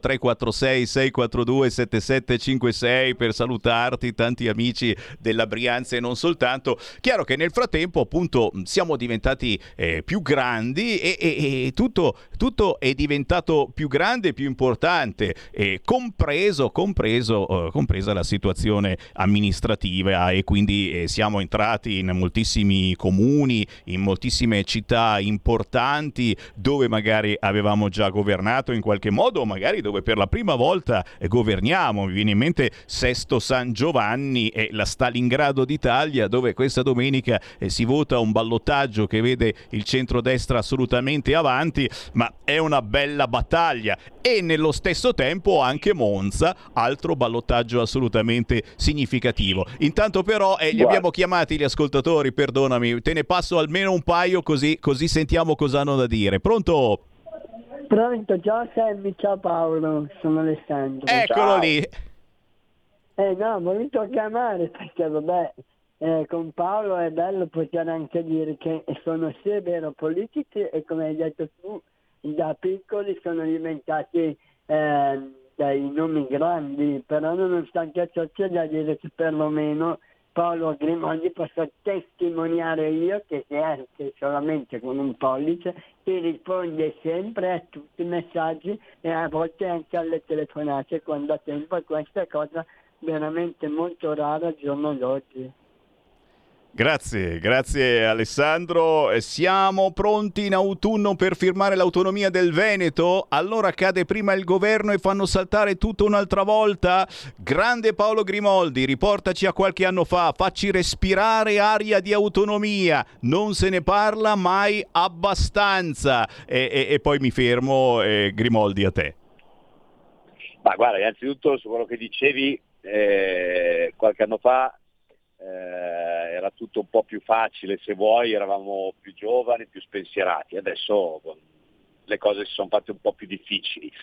346-642-7756 per salutarti, tanti amici della Brianza e non soltanto. Chiaro che nel frattempo appunto siamo diventati più grandi e tutto è diventato più grande e più importante, compresa la situazione amministrativa, e quindi siamo entrati in moltissimi comuni, in moltissime città importanti dove magari avevamo già governato in qualche modo, magari dove per la prima volta governiamo. Mi viene in mente Sesto San Giovanni e la Stalingrado d'Italia, dove questa domenica si vota un ballottaggio che vede il centrodestra assolutamente avanti, ma è una bella battaglia. E nello stesso tempo anche Monza, altro ballottaggio assolutamente significativo. Intanto però li abbiamo chiamati gli ascoltatori, perdonami, te ne passo almeno un paio così sentiamo cosa hanno da dire. Pronto? Pronto, ciao Sammy, ciao Paolo, sono Alessandro. Eccolo lì. No, ho voluto chiamare perché vabbè, con Paolo è bello poter anche dire che sono sì, è vero, politici, e come hai detto tu, da piccoli sono diventati dei nomi grandi, però nonostante ciò c'è da dire che perlomeno Paolo Grimaldi posso testimoniare io che anche solamente con un pollice ti risponde sempre a tutti i messaggi e a volte anche alle telefonate quando ha tempo, e questa è cosa veramente molto rara al giorno d'oggi. Grazie Alessandro. Siamo pronti in autunno per firmare l'autonomia del Veneto? Allora cade prima il governo e fanno saltare tutto un'altra volta? Grande Paolo Grimoldi, riportaci a qualche anno fa, facci respirare aria di autonomia, non se ne parla mai abbastanza. E poi mi fermo, Grimoldi, a te. Ma guarda, innanzitutto su quello che dicevi, qualche anno fa era tutto un po' più facile, se vuoi, eravamo più giovani, più spensierati. Adesso le cose si sono fatte un po' più difficili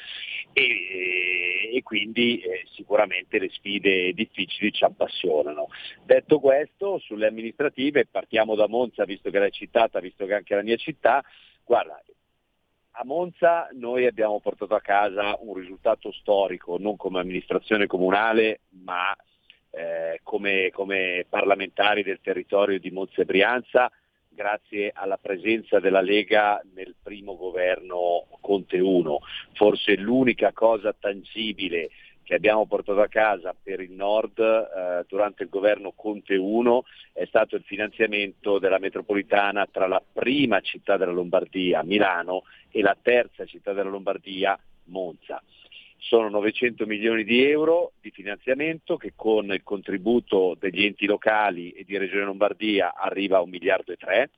e quindi sicuramente le sfide difficili ci appassionano. Detto questo, sulle amministrative partiamo da Monza, visto che l'hai citata, visto che è anche la mia città. Guarda, a Monza noi abbiamo portato a casa un risultato storico, non come amministrazione comunale, ma come parlamentari del territorio di Monza e Brianza, grazie alla presenza della Lega nel primo governo Conte 1. Forse l'unica cosa tangibile che abbiamo portato a casa per il Nord durante il governo Conte 1 è stato il finanziamento della metropolitana tra la prima città della Lombardia, Milano, e la terza città della Lombardia, Monza. Sono 900 milioni di euro di finanziamento che con il contributo degli enti locali e di Regione Lombardia arriva a 1,3 miliardi.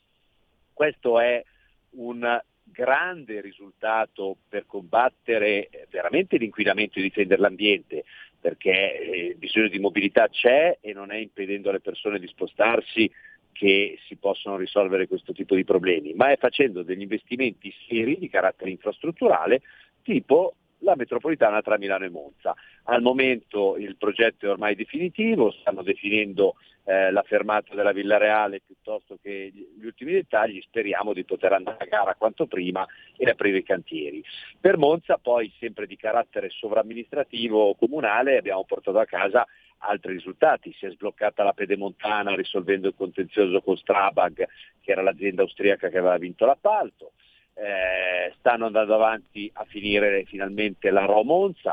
Questo è un grande risultato per combattere veramente l'inquinamento e difendere l'ambiente, perché il bisogno di mobilità c'è e non è impedendo alle persone di spostarsi che si possono risolvere questo tipo di problemi, ma è facendo degli investimenti seri di carattere infrastrutturale, tipo la metropolitana tra Milano e Monza. Al momento il progetto è ormai definitivo, stanno definendo la fermata della Villa Reale piuttosto che gli ultimi dettagli. Speriamo di poter andare a gara quanto prima e aprire i cantieri. Per Monza poi, sempre di carattere sovramministrativo comunale, abbiamo portato a casa altri risultati. Si è sbloccata la Pedemontana risolvendo il contenzioso con Strabag, che era l'azienda austriaca che aveva vinto l'appalto. Stanno andando avanti a finire finalmente la Rho Monza,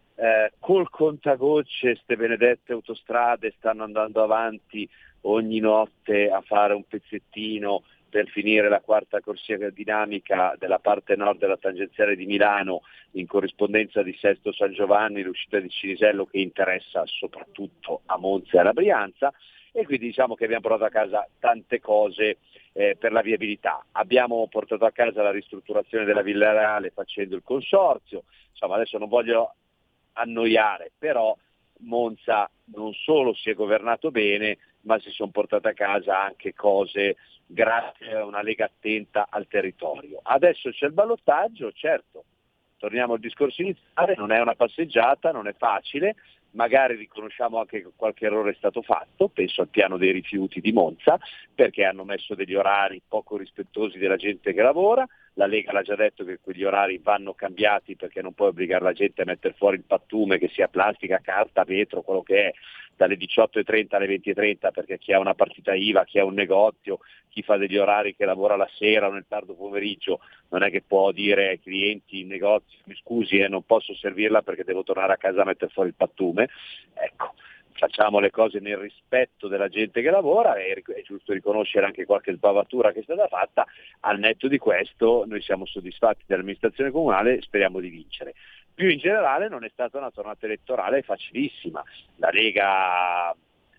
col contagocce ste benedette autostrade stanno andando avanti ogni notte a fare un pezzettino per finire la quarta corsia dinamica della parte nord della tangenziale di Milano, in corrispondenza di Sesto San Giovanni, l'uscita di Cinisello, che interessa soprattutto a Monza e alla Brianza. E quindi diciamo che abbiamo portato a casa tante cose per la viabilità. Abbiamo portato a casa la ristrutturazione della Villa Reale facendo il consorzio. Insomma, adesso non voglio annoiare, però Monza non solo si è governato bene, ma si sono portate a casa anche cose grazie a una Lega attenta al territorio. Adesso c'è il ballottaggio, certo, torniamo al discorso iniziale, non è una passeggiata, non è facile, magari riconosciamo anche che qualche errore è stato fatto, penso al piano dei rifiuti di Monza, perché hanno messo degli orari poco rispettosi della gente che lavora, la Lega l'ha già detto che quegli orari vanno cambiati, perché non puoi obbligare la gente a mettere fuori il pattume, che sia plastica, carta, vetro, quello che è, dalle 18.30 alle 20.30, perché chi ha una partita IVA, chi ha un negozio, chi fa degli orari che lavora la sera o nel tardo pomeriggio, non è che può dire ai clienti in negozio: mi scusi, non posso servirla perché devo tornare a casa a mettere fuori il pattume. Ecco, facciamo le cose nel rispetto della gente che lavora, è giusto riconoscere anche qualche sbavatura che è stata fatta. Al netto di questo noi siamo soddisfatti dell'amministrazione comunale, speriamo di vincere. Più in generale non è stata una tornata elettorale facilissima, la Lega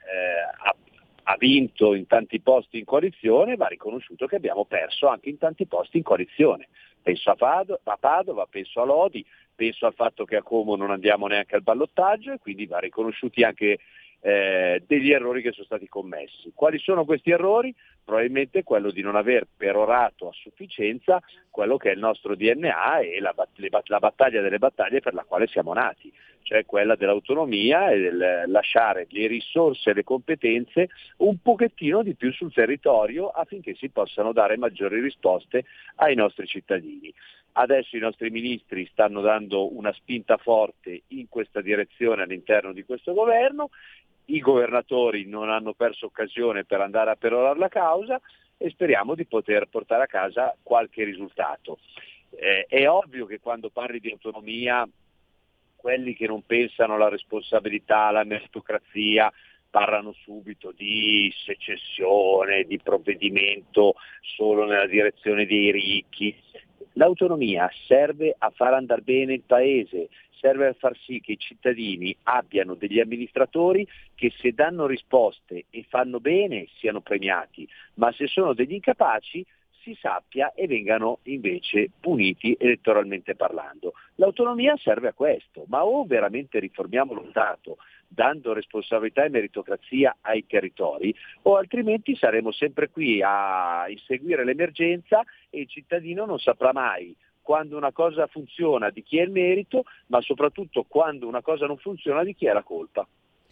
ha vinto in tanti posti in coalizione, va riconosciuto che abbiamo perso anche in tanti posti in coalizione. Penso a Padova, penso a Lodi, penso al fatto che a Como non andiamo neanche al ballottaggio, e quindi va riconosciuti anche degli errori che sono stati commessi. Quali sono questi errori? Probabilmente quello di non aver perorato a sufficienza quello che è il nostro DNA e la battaglia delle battaglie per la quale siamo nati, cioè quella dell'autonomia e del lasciare le risorse e le competenze un pochettino di più sul territorio, affinché si possano dare maggiori risposte ai nostri cittadini. Adesso i nostri ministri stanno dando una spinta forte in questa direzione all'interno di questo governo, i governatori non hanno perso occasione per andare a perorare la causa, e speriamo di poter portare a casa qualche risultato. È ovvio che quando parli di autonomia, quelli che non pensano alla responsabilità, alla meritocrazia, parlano subito di secessione, di provvedimento solo nella direzione dei ricchi. L'autonomia serve a far andare bene il paese, serve a far sì che i cittadini abbiano degli amministratori che, se danno risposte e fanno bene, siano premiati, ma se sono degli incapaci si sappia e vengano invece puniti elettoralmente parlando. L'autonomia serve a questo, ma o veramente riformiamo lo Stato dando responsabilità e meritocrazia ai territori, o altrimenti saremo sempre qui a inseguire l'emergenza e il cittadino non saprà mai quando una cosa funziona di chi è il merito, ma soprattutto quando una cosa non funziona di chi è la colpa.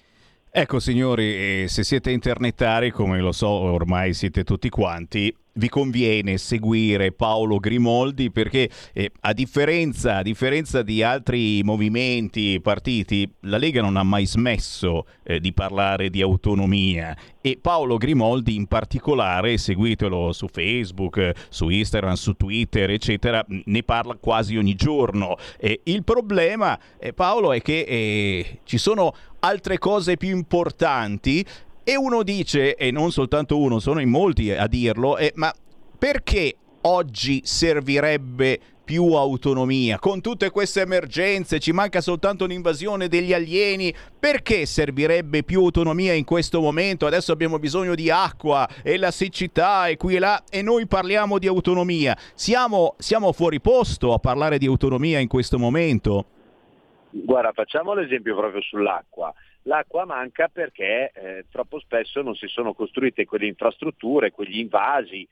Ecco signori, se siete internetari, come lo so ormai siete tutti quanti, vi conviene seguire Paolo Grimoldi, perché a differenza di altri movimenti, partiti, la Lega non ha mai smesso di parlare di autonomia, e Paolo Grimoldi in particolare, seguitelo su Facebook, su Instagram, su Twitter, eccetera, ne parla quasi ogni giorno. Il problema, Paolo, è che ci sono altre cose più importanti. E uno dice, e non soltanto uno, sono in molti a dirlo, ma perché oggi servirebbe più autonomia? Con tutte queste emergenze, ci manca soltanto un'invasione degli alieni, perché servirebbe più autonomia in questo momento? Adesso abbiamo bisogno di acqua e la siccità e qui e là, e noi parliamo di autonomia. Siamo fuori posto a parlare di autonomia in questo momento? Guarda, facciamo l'esempio proprio sull'acqua. L'acqua manca perché troppo spesso non si sono costruite quelle infrastrutture, quegli invasi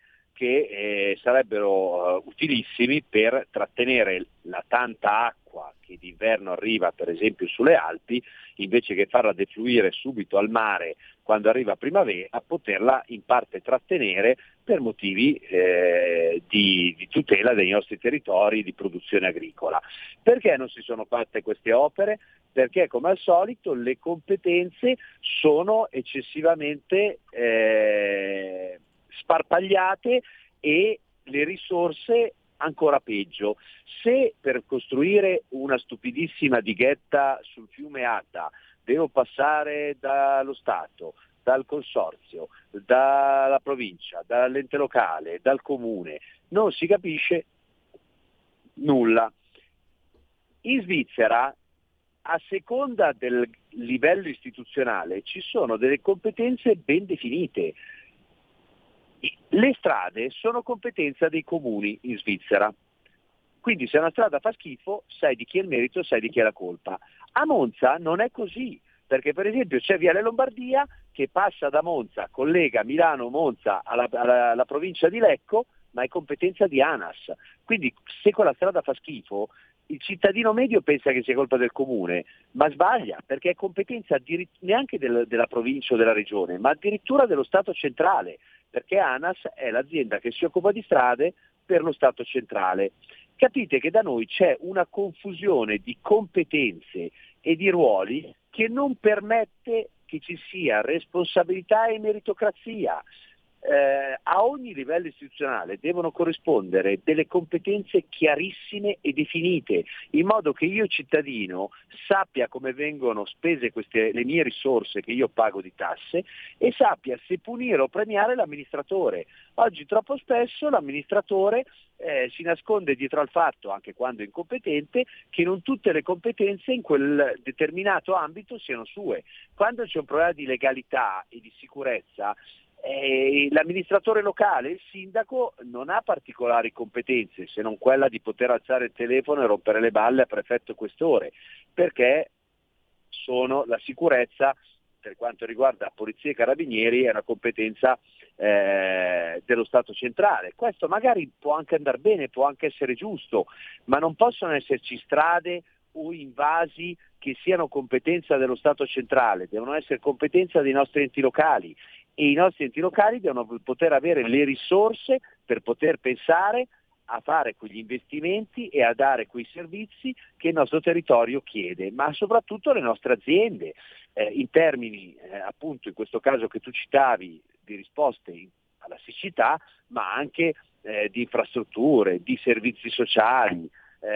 che sarebbero utilissimi per trattenere la tanta acqua che d'inverno arriva per esempio sulle Alpi, invece che farla defluire subito al mare quando arriva primavera, poterla in parte trattenere per motivi di tutela dei nostri territori, di produzione agricola. Perché non si sono fatte queste opere? Perché come al solito le competenze sono eccessivamente sparpagliate e le risorse ancora peggio. Se per costruire una stupidissima dighetta sul fiume Adda devo passare dallo Stato, dal consorzio, dalla provincia, dall'ente locale, dal comune, non si capisce nulla. In Svizzera, a seconda del livello istituzionale, ci sono delle competenze ben definite. Le strade sono competenza dei comuni in Svizzera, quindi se una strada fa schifo sai di chi è il merito, sai di chi è la colpa. A Monza non è così, perché per esempio c'è Viale Lombardia che passa da Monza, collega Milano-Monza alla provincia di Lecco, ma è competenza di ANAS. Quindi se quella strada fa schifo, il cittadino medio pensa che sia colpa del comune, ma sbaglia, perché è competenza neanche della provincia o della regione, ma addirittura dello Stato centrale, perché ANAS è l'azienda che si occupa di strade per lo Stato centrale. Capite che da noi c'è una confusione di competenze e di ruoli che non permette che ci sia responsabilità e meritocrazia. A ogni livello istituzionale devono corrispondere delle competenze chiarissime e definite, in modo che io cittadino sappia come vengono spese le mie risorse che io pago di tasse e sappia se punire o premiare l'amministratore. Oggi troppo spesso l'amministratore si nasconde dietro al fatto, anche quando è incompetente, che non tutte le competenze in quel determinato ambito siano sue. Quando c'è un problema di legalità e di sicurezza, l'amministratore locale, il sindaco, non ha particolari competenze se non quella di poter alzare il telefono e rompere le balle a prefetto e questore, perché la sicurezza, per quanto riguarda polizia e carabinieri, è una competenza dello Stato centrale. Questo magari può anche andare bene, può anche essere giusto, ma non possono esserci strade o invasi che siano competenza dello Stato centrale, devono essere competenza dei nostri enti locali. E i nostri enti locali devono poter avere le risorse per poter pensare a fare quegli investimenti e a dare quei servizi che il nostro territorio chiede, ma soprattutto le nostre aziende, in termini appunto in questo caso che tu citavi di risposte alla siccità, ma anche di infrastrutture, di servizi sociali,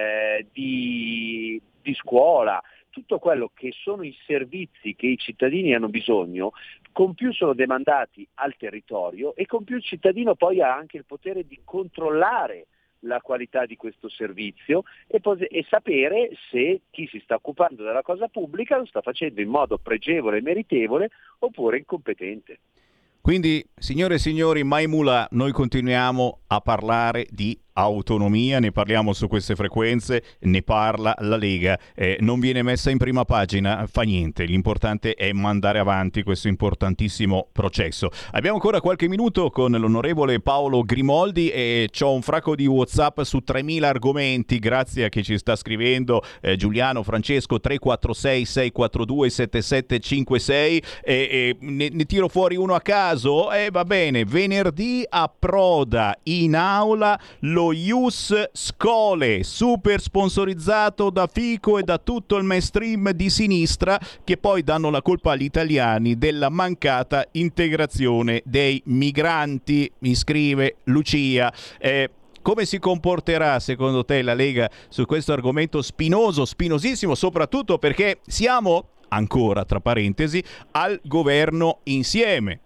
di scuola. Tutto quello che sono i servizi che i cittadini hanno bisogno, con più sono demandati al territorio e con più il cittadino poi ha anche il potere di controllare la qualità di questo servizio e sapere se chi si sta occupando della cosa pubblica lo sta facendo in modo pregevole e meritevole oppure incompetente. Quindi, signore e signori, mai mulà, noi continuiamo a parlare di autonomia, ne parliamo su queste frequenze, ne parla la Lega, non viene messa in prima pagina, fa niente, l'importante è mandare avanti questo importantissimo processo. Abbiamo ancora qualche minuto con l'onorevole Paolo Grimoldi e c'ho un fracco di WhatsApp su 3000 argomenti, grazie a chi ci sta scrivendo, Giuliano, Francesco, 346 642 7756, ne tiro fuori uno a caso, va bene, venerdì approda in aula lo Ius Scholae, super sponsorizzato da Fico e da tutto il mainstream di sinistra, che poi danno la colpa agli italiani della mancata integrazione dei migranti, mi scrive Lucia. Come si comporterà secondo te la Lega su questo argomento spinoso, spinosissimo, soprattutto perché siamo ancora, tra parentesi, al governo insieme?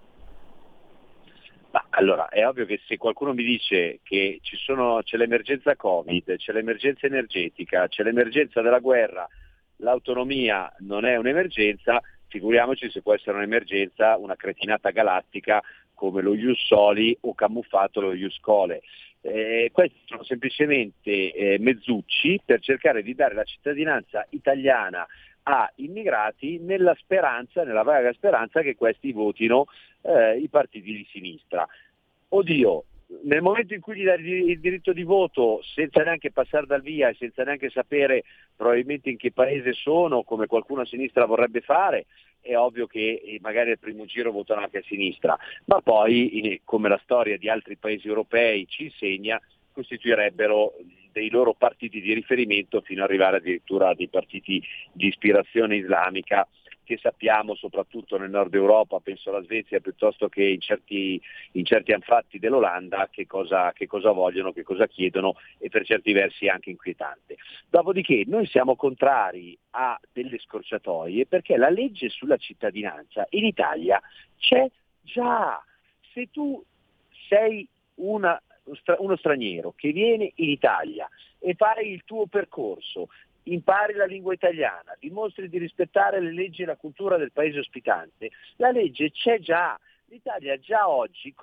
Ma allora, è ovvio che se qualcuno mi dice che c'è l'emergenza Covid, c'è l'emergenza energetica, c'è l'emergenza della guerra, l'autonomia non è un'emergenza, figuriamoci se può essere un'emergenza, una cretinata galattica come lo Ius Soli o camuffato lo Ius Scholae. Questi sono semplicemente mezzucci per cercare di dare la cittadinanza italiana a immigrati nella vaga speranza che questi votino i partiti di sinistra. Oddio, nel momento in cui gli dai il diritto di voto senza neanche passare dal via e senza neanche sapere probabilmente in che paese sono, come qualcuno a sinistra vorrebbe fare, è ovvio che magari al primo giro votano anche a sinistra, ma poi, come la storia di altri paesi europei ci insegna, costituirebbero dei loro partiti di riferimento fino ad arrivare addirittura a dei partiti di ispirazione islamica che sappiamo soprattutto nel nord Europa, penso alla Svezia piuttosto che in certi anfratti dell'Olanda, che cosa vogliono, che cosa chiedono, e per certi versi anche inquietante. Dopodiché noi siamo contrari a delle scorciatoie perché la legge sulla cittadinanza in Italia c'è già. Se tu sei uno straniero che viene in Italia e fai il tuo percorso, impari la lingua italiana, dimostri di rispettare le leggi e la cultura del paese ospitante, la legge c'è già. L'Italia già oggi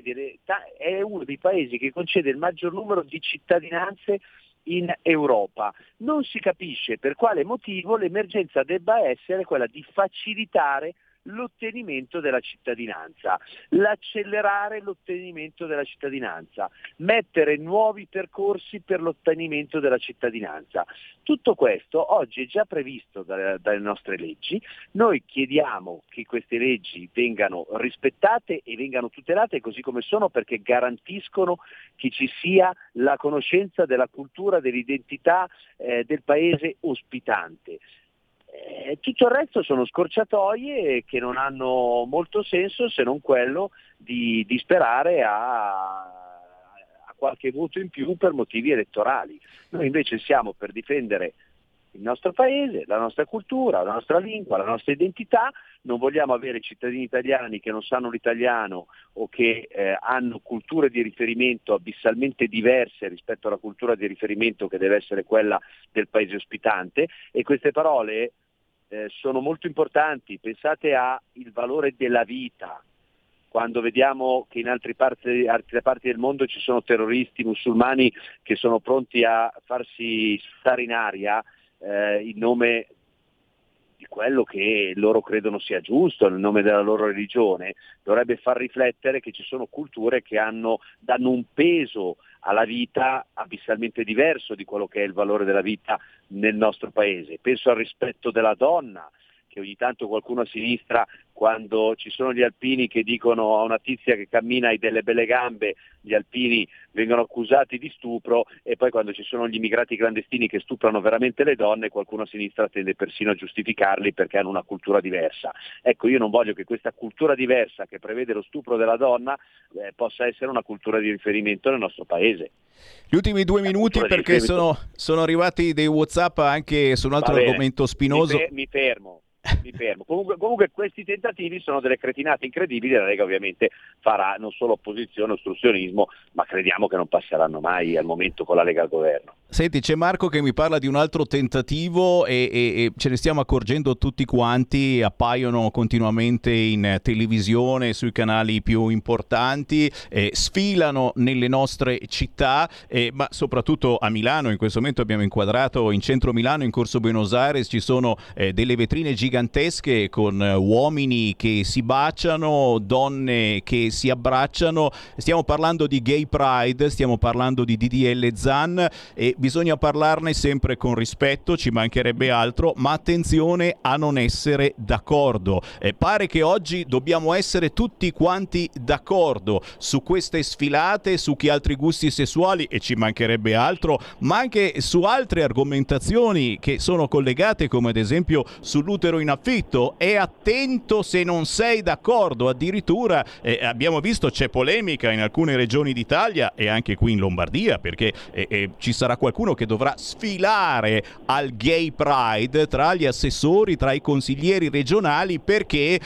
è uno dei paesi che concede il maggior numero di cittadinanze in Europa. Non si capisce per quale motivo l'emergenza debba essere quella di facilitare l'ottenimento della cittadinanza, l'accelerare l'ottenimento della cittadinanza, mettere nuovi percorsi per l'ottenimento della cittadinanza. Tutto questo oggi è già previsto dalle nostre leggi. Noi chiediamo che queste leggi vengano rispettate e vengano tutelate così come sono, perché garantiscono che ci sia la conoscenza della cultura, dell'identità del paese ospitante. Tutto il resto sono scorciatoie che non hanno molto senso, se non quello di sperare a qualche voto in più per motivi elettorali. Noi invece siamo per difendere il nostro paese, la nostra cultura, la nostra lingua, la nostra identità. Non vogliamo avere cittadini italiani che non sanno l'italiano o che hanno culture di riferimento abissalmente diverse rispetto alla cultura di riferimento che deve essere quella del paese ospitante, e queste parole sono molto importanti. Pensate al valore della vita. Quando vediamo che in altre parti del mondo ci sono terroristi musulmani che sono pronti a farsi stare in aria in nome di quello che loro credono sia giusto, nel nome della loro religione, dovrebbe far riflettere che ci sono culture che danno un peso alla vita abissalmente diverso di quello che è il valore della vita nel nostro paese. Penso al rispetto della donna, che ogni tanto qualcuno a sinistra, quando ci sono gli alpini che dicono a una tizia che cammina hai delle belle gambe, gli alpini vengono accusati di stupro, e poi quando ci sono gli immigrati clandestini che stuprano veramente le donne, qualcuno a sinistra tende persino a giustificarli perché hanno una cultura diversa. Ecco, io non voglio che questa cultura diversa che prevede lo stupro della donna possa essere una cultura di riferimento nel nostro paese. Gli ultimi 2 minuti, perché sono arrivati dei WhatsApp anche su un altro argomento spinoso. Mi fermo. Comunque questi tentativi sono delle cretinate incredibili. La Lega ovviamente farà non solo opposizione, ostruzionismo, ma crediamo che non passeranno mai al momento con la Lega al governo. Senti, c'è Marco che mi parla di un altro tentativo e ce ne stiamo accorgendo tutti quanti, appaiono continuamente in televisione, sui canali più importanti, sfilano nelle nostre città, ma soprattutto a Milano. In questo momento abbiamo inquadrato in centro Milano, in Corso Buenos Aires, ci sono delle vetrine gigantesche con uomini che si baciano, donne che si abbracciano. Stiamo parlando di Gay Pride, stiamo parlando di DDL Zan, e bisogna parlarne sempre con rispetto, ci mancherebbe altro, ma attenzione a non essere d'accordo. Pare che oggi dobbiamo essere tutti quanti d'accordo su queste sfilate, su chi ha altri gusti sessuali, e ci mancherebbe altro, ma anche su altre argomentazioni che sono collegate, come ad esempio sull'utero in affitto. E attento se non sei d'accordo. Addirittura abbiamo visto, c'è polemica in alcune regioni d'Italia e anche qui in Lombardia, perché ci sarà qualcuno che dovrà sfilare al Gay Pride tra gli assessori, tra i consiglieri regionali, perché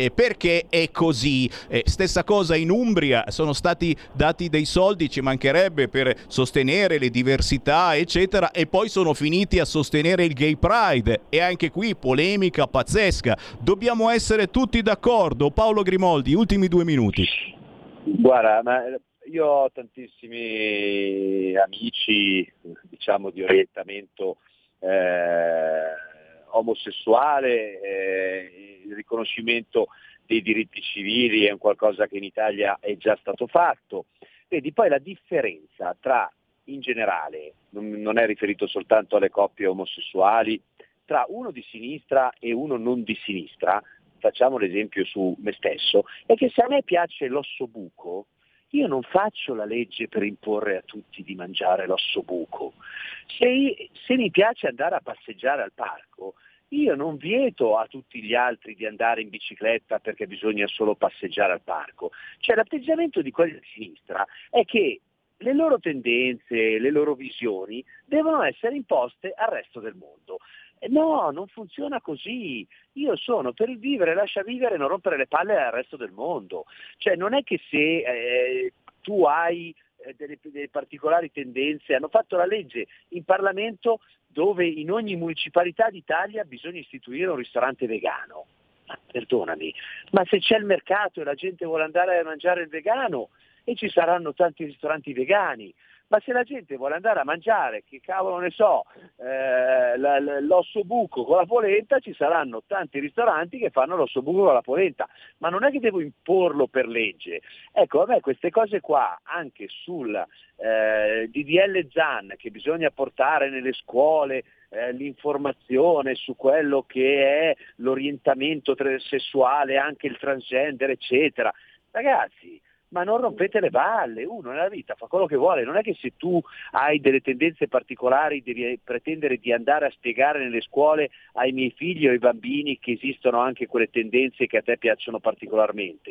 è così. Stessa cosa in Umbria, sono stati dati dei soldi, ci mancherebbe, per sostenere le diversità eccetera, e poi sono finiti a sostenere il Gay Pride, e anche qui polemica pazzesca. Dobbiamo essere tutti d'accordo. Paolo Grimoldi, ultimi 2 minuti. Guarda, ma io ho tantissimi amici, diciamo, di orientamento omosessuale. Il riconoscimento dei diritti civili è un qualcosa che in Italia è già stato fatto. Vedi, poi la differenza tra, in generale, non è riferito soltanto alle coppie omosessuali, tra uno di sinistra e uno non di sinistra, facciamo l'esempio su me stesso, è che se a me piace l'ossobuco, io non faccio la legge per imporre a tutti di mangiare l'ossobuco. Se mi piace andare a passeggiare al parco, io non vieto a tutti gli altri di andare in bicicletta perché bisogna solo passeggiare al parco. Cioè, l'atteggiamento di quelli di sinistra è che le loro tendenze, le loro visioni devono essere imposte al resto del mondo. No, non funziona così. Io sono per il vivere, lascia vivere e non rompere le palle al resto del mondo. Cioè, non è che se tu hai delle particolari tendenze, hanno fatto la legge in Parlamento dove in ogni municipalità d'Italia bisogna istituire un ristorante vegano. Ma perdonami, ma se c'è il mercato e la gente vuole andare a mangiare il vegano, e ci saranno tanti ristoranti vegani. Ma se la gente vuole andare a mangiare, che cavolo ne so, l'osso buco con la polenta, ci saranno tanti ristoranti che fanno l'osso buco con la polenta, ma non è che devo imporlo per legge. Ecco, a me queste cose qua, anche sul DDL Zan, che bisogna portare nelle scuole l'informazione su quello che è l'orientamento sessuale, anche il transgender, eccetera. Ragazzi, ma non rompete le balle, uno nella vita fa quello che vuole, non è che se tu hai delle tendenze particolari devi pretendere di andare a spiegare nelle scuole ai miei figli o ai bambini che esistono anche quelle tendenze che a te piacciono particolarmente.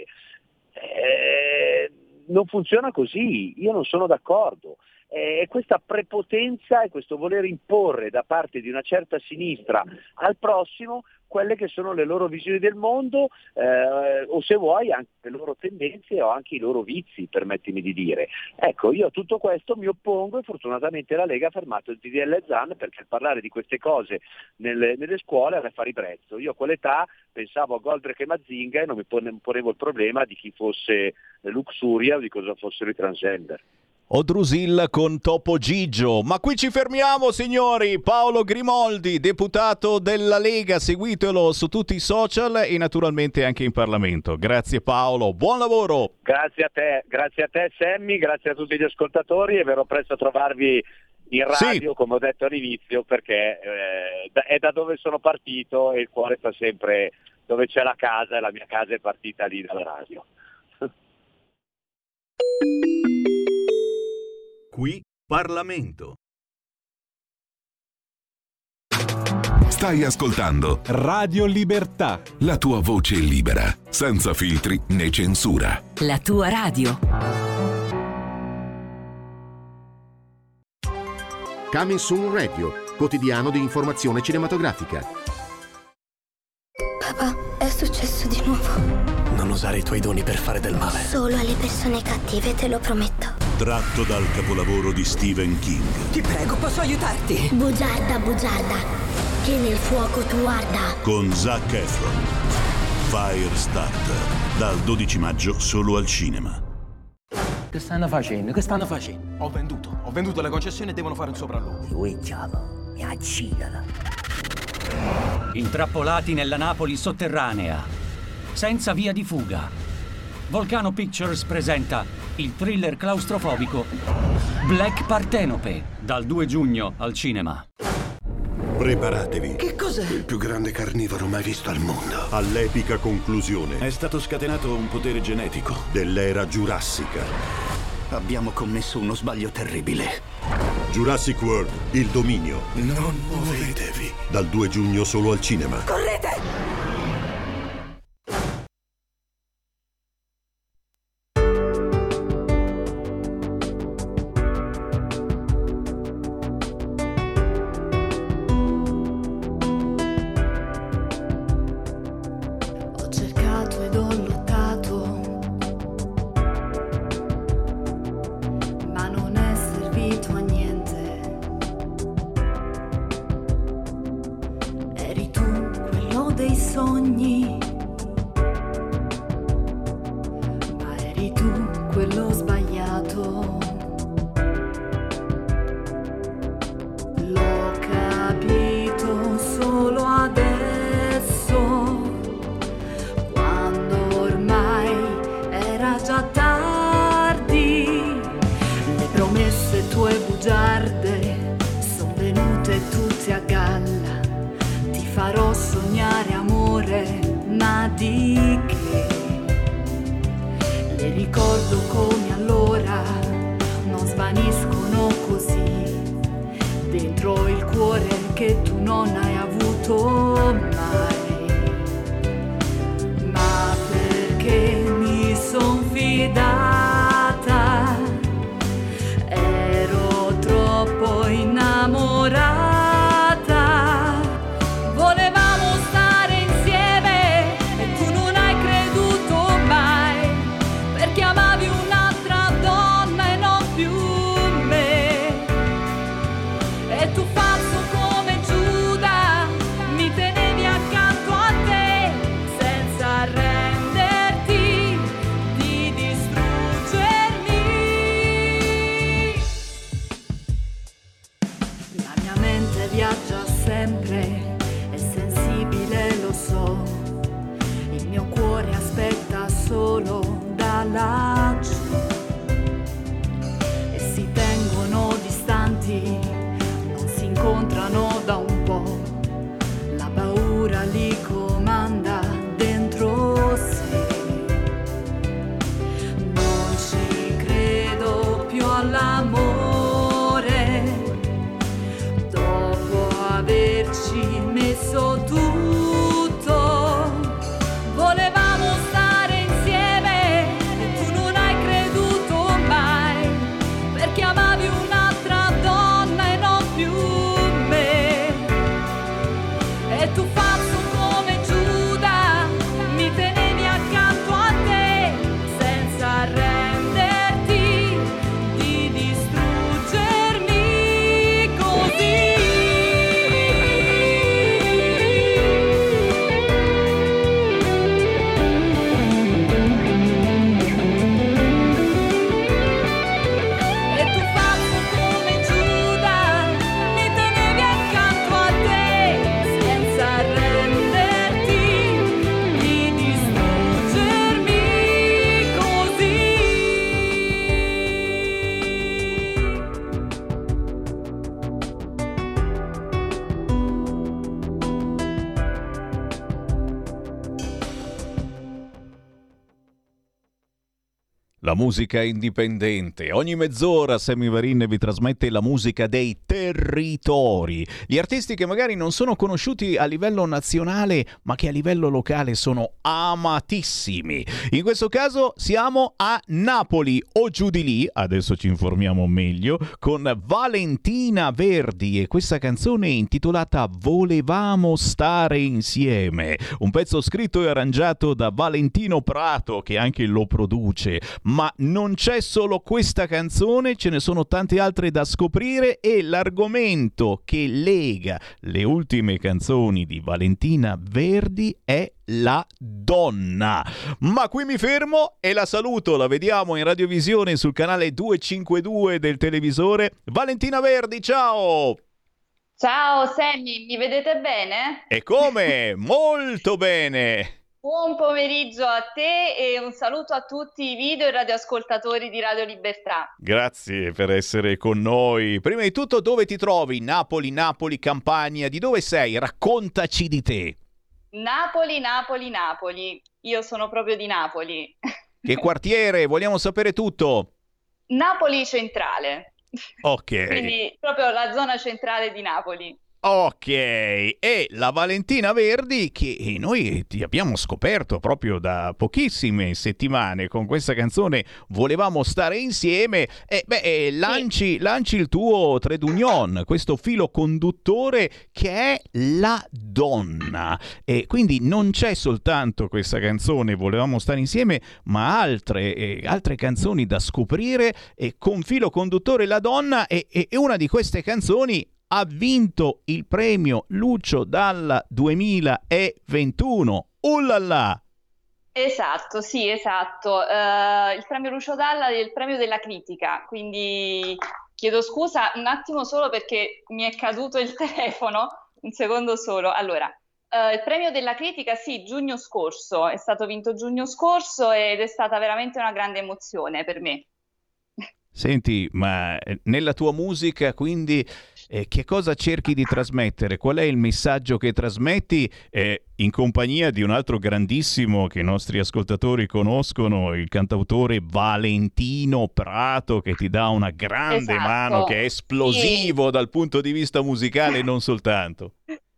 Non funziona così, io non sono d'accordo. E questa prepotenza e questo voler imporre da parte di una certa sinistra al prossimo quelle che sono le loro visioni del mondo, o se vuoi anche le loro tendenze o anche i loro vizi, permettimi di dire. Ecco, io a tutto questo mi oppongo e fortunatamente la Lega ha fermato il DDL Zan, perché parlare di queste cose nelle scuole a me fa ribrezzo. Io a quell'età pensavo a Goldberg e Mazinga e non mi ponevo il problema di chi fosse Luxuria o di cosa fossero i transgender. O Drusil con Topo Gigio. Ma qui ci fermiamo, signori. Paolo Grimoldi, deputato della Lega, seguitelo su tutti i social e naturalmente anche in Parlamento. Grazie Paolo, buon lavoro. Grazie a te Sammy, grazie a tutti gli ascoltatori e verrò presto a trovarvi in radio, sì, come ho detto all'inizio, perché è da dove sono partito e il cuore sta sempre dove c'è la casa e la mia casa è partita lì dalla radio. Qui Parlamento. Stai ascoltando Radio Libertà. La tua voce libera, senza filtri né censura. La tua radio. Coming Soon Radio, quotidiano di informazione cinematografica. Papà, è successo di nuovo. Non usare i tuoi doni per fare del male. Solo alle persone cattive, te lo prometto. Tratto dal capolavoro di Stephen King. Ti prego, posso aiutarti? Bugiarda, bugiarda, che nel fuoco tu arda. Con Zac Efron. Firestarter. Dal 12 maggio solo al cinema. Che stanno facendo? Ho venduto la concessione e devono fare un sopralluogo. Mi accidala. Intrappolati nella Napoli sotterranea, senza via di fuga. Volcano Pictures presenta il thriller claustrofobico Black Partenope, dal 2 giugno al cinema. Preparatevi. Che cos'è? Il più grande carnivoro mai visto al mondo. All'epica conclusione È stato scatenato un potere genetico. dell'era giurassica. Abbiamo commesso uno sbaglio terribile. Jurassic World, il dominio. Non muovetevi. Dal 2 giugno solo al cinema. Correte! E tu falso come Giuda mi tenevi La musica indipendente. Ogni mezz'ora Sammy Varin vi trasmette la musica dei territori. Gli artisti che magari non sono conosciuti a livello nazionale, ma che a livello locale sono amatissimi. In questo caso siamo a Napoli o giù di lì, adesso ci informiamo meglio, con Valentina Verdi e questa canzone intitolata Volevamo stare insieme. Un pezzo scritto e arrangiato da Valentino Prato, che anche lo produce. Ma non c'è solo questa canzone, ce ne sono tante altre da scoprire e l'argomento che lega le ultime canzoni di Valentina Verdi è la donna. Ma qui mi fermo e la saluto, la vediamo in radiovisione sul canale 252 del televisore. Valentina Verdi, ciao! Ciao Sammy, mi vedete bene? E come? Molto bene! Buon pomeriggio a te e un saluto a tutti i video e radioascoltatori di Radio Libertà. Grazie per essere con noi. Prima di tutto, dove ti trovi? Napoli, Campania, di dove sei? Raccontaci di te. Napoli. Io sono proprio di Napoli. Che quartiere? Vogliamo sapere tutto. Napoli centrale. Ok. Quindi proprio la zona centrale di Napoli. Ok, e la Valentina Verdi che noi ti abbiamo scoperto proprio da pochissime settimane con questa canzone Volevamo stare insieme. Lanci il tuo trade union, questo filo conduttore che è la donna. E quindi non c'è soltanto questa canzone Volevamo stare insieme, ma altre canzoni da scoprire e con filo conduttore la donna e una di queste canzoni ha vinto il premio Lucio Dalla 2021. Ullala! Esatto, sì, esatto. Il premio Lucio Dalla è il premio della critica, quindi chiedo scusa un attimo solo perché mi è caduto il telefono, un secondo solo. Allora, il premio della critica, sì, giugno scorso, è stato vinto giugno scorso ed è stata veramente una grande emozione per me. Senti, ma nella tua musica quindi che cosa cerchi di trasmettere? Qual è il messaggio che trasmetti in compagnia di un altro grandissimo che i nostri ascoltatori conoscono, il cantautore Valentino Prato, che ti dà una grande mano, che è esplosivo dal punto di vista musicale e non soltanto.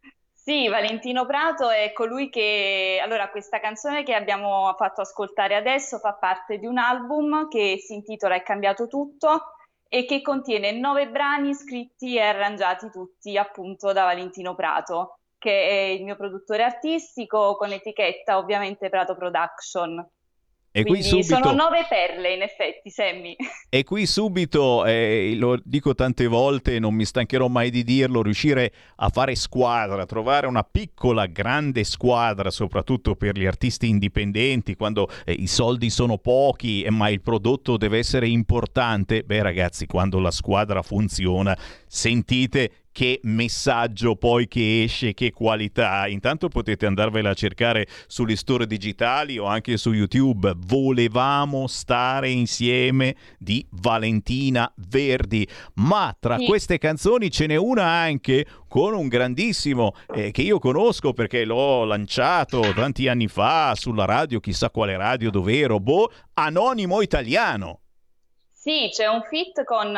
Sì, Valentino Prato è colui che... Allora, questa canzone che abbiamo fatto ascoltare adesso fa parte di un album che si intitola È cambiato tutto e che contiene 9 brani scritti e arrangiati tutti appunto da Valentino Prato, che è il mio produttore artistico con etichetta ovviamente Prato Production. E qui subito, sono 9 perle in effetti, Sammy. E qui subito, lo dico tante volte, non mi stancherò mai di dirlo, riuscire a fare squadra, trovare una piccola, grande squadra, soprattutto per gli artisti indipendenti, quando i soldi sono pochi, ma il prodotto deve essere importante. Beh ragazzi, quando la squadra funziona, sentite che messaggio poi che esce, che qualità. Intanto potete andarvela a cercare sugli store digitali o anche su YouTube. Volevamo stare insieme di Valentina Verdi. Ma tra queste canzoni ce n'è una anche con un grandissimo che io conosco perché l'ho lanciato tanti anni fa sulla radio, chissà quale radio, dov'ero, Anonimo Italiano. Sì, c'è un feat con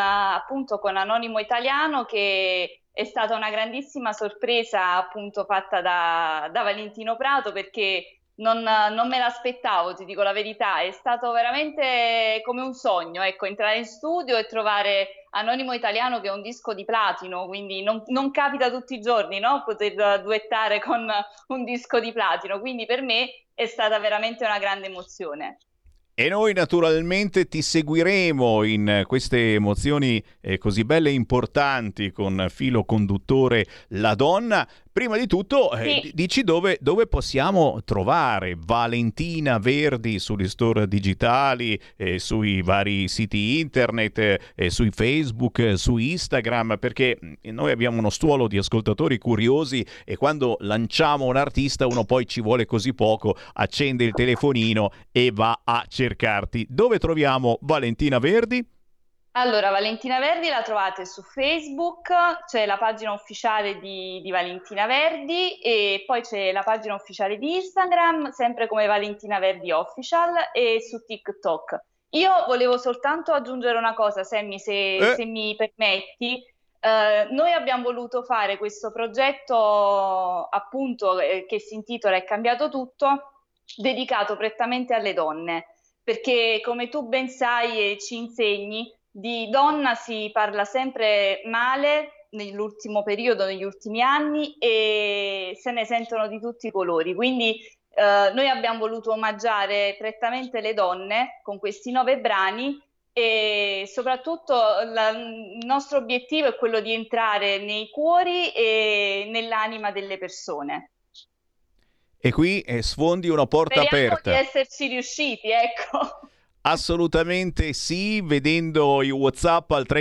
Anonimo Italiano che è stata una grandissima sorpresa appunto fatta da Valentino Prato perché non me l'aspettavo, ti dico la verità, è stato veramente come un sogno, ecco, entrare in studio e trovare Anonimo Italiano che è un disco di platino, quindi non capita tutti i giorni, no? Poter duettare con un disco di platino, quindi per me è stata veramente una grande emozione. E noi naturalmente ti seguiremo in queste emozioni così belle e importanti con filo conduttore la donna. Prima di tutto dici dove possiamo trovare Valentina Verdi sugli store digitali, sui vari siti internet, sui Facebook, su Instagram, perché noi abbiamo uno stuolo di ascoltatori curiosi e quando lanciamo un artista uno poi ci vuole così poco, accende il telefonino e va a cercarti. Dove troviamo Valentina Verdi? Allora, Valentina Verdi la trovate su Facebook, c'è la pagina ufficiale di Valentina Verdi e poi c'è la pagina ufficiale di Instagram, sempre come Valentina Verdi Official, e su TikTok. Io volevo soltanto aggiungere una cosa, Sammy, se mi permetti. Noi abbiamo voluto fare questo progetto appunto che si intitola È cambiato tutto, dedicato prettamente alle donne, perché come tu ben sai e ci insegni, di donna si parla sempre male nell'ultimo periodo, negli ultimi anni, e se ne sentono di tutti i colori, quindi noi abbiamo voluto omaggiare prettamente le donne con questi 9 brani. E soprattutto il nostro obiettivo è quello di entrare nei cuori e nell'anima delle persone. E qui sfondi una porta aperta. Speriamo di esserci riusciti, ecco. Assolutamente sì, vedendo i WhatsApp al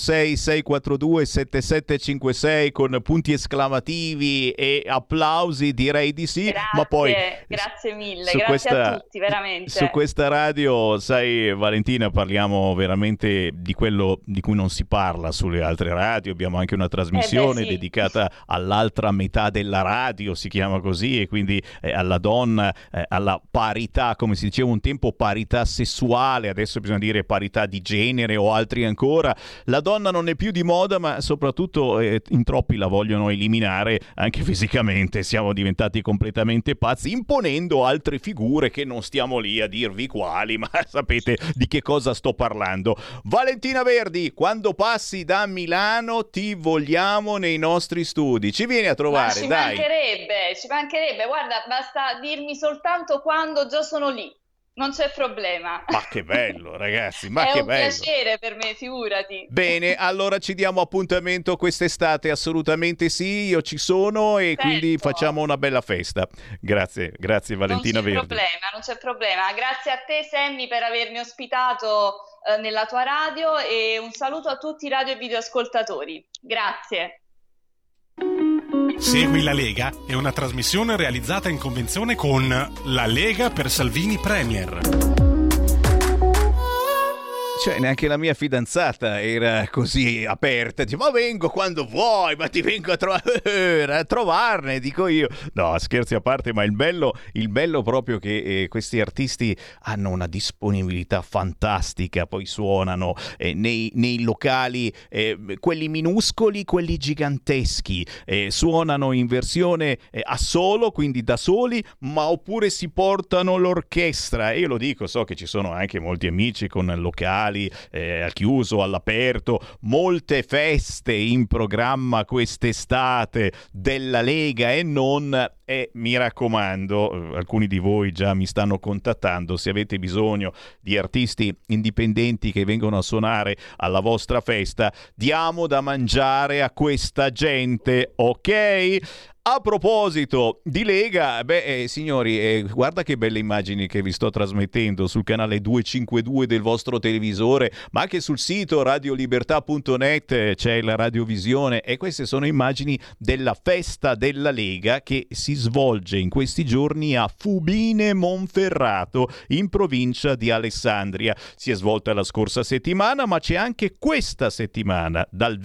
346-642-7756 con punti esclamativi e applausi, direi di sì. Grazie, ma poi grazie mille, grazie a tutti, veramente. Su questa radio, sai Valentina, parliamo veramente di quello di cui non si parla sulle altre radio. Abbiamo anche una trasmissione dedicata all'altra metà della radio, si chiama così, e quindi alla donna, alla parità, come si diceva un tempo, parità sessuale. Adesso bisogna dire parità di genere o altri ancora. La donna non è più di moda, ma soprattutto in troppi la vogliono eliminare anche fisicamente. Siamo diventati completamente pazzi, imponendo altre figure che non stiamo lì a dirvi quali, ma sapete di che cosa sto parlando. Valentina Verdi, quando passi da Milano ti vogliamo nei nostri studi. Ci vieni a trovare, dai. Ci mancherebbe, guarda, basta dirmi soltanto quando già sono lì. Non c'è problema. Ma che bello, ragazzi, ma è che un bello. piacere per me, figurati. Bene, allora ci diamo appuntamento quest'estate, assolutamente sì, io ci sono e quindi facciamo una bella festa. Grazie Valentina Verdi. Non c'è problema. Grazie a te, Sammy, per avermi ospitato nella tua radio, e un saluto a tutti i radio e videoascoltatori. Grazie. Segui la Lega è una trasmissione realizzata in convenzione con La Lega per Salvini Premier. Cioè, neanche la mia fidanzata era così aperta. Dice, ma vengo quando vuoi, ma ti vengo a trovarne, dico io. No, scherzi a parte, ma il bello proprio che questi artisti hanno una disponibilità fantastica, poi suonano nei locali, quelli minuscoli, quelli giganteschi, suonano in versione a solo, quindi da soli, ma oppure si portano l'orchestra. E io lo dico, so che ci sono anche molti amici con locali, al chiuso, all'aperto, molte feste in programma quest'estate della Lega e non. E mi raccomando, alcuni di voi già mi stanno contattando, se avete bisogno di artisti indipendenti che vengono a suonare alla vostra festa, diamo da mangiare a questa gente, ok? A proposito di Lega, signori, guarda che belle immagini che vi sto trasmettendo sul canale 252 del vostro televisore, ma anche sul sito radiolibertà.net c'è la radiovisione, e queste sono immagini della festa della Lega che si svolge in questi giorni a Fubine Monferrato, in provincia di Alessandria. Si è svolta la scorsa settimana, ma c'è anche questa settimana, dal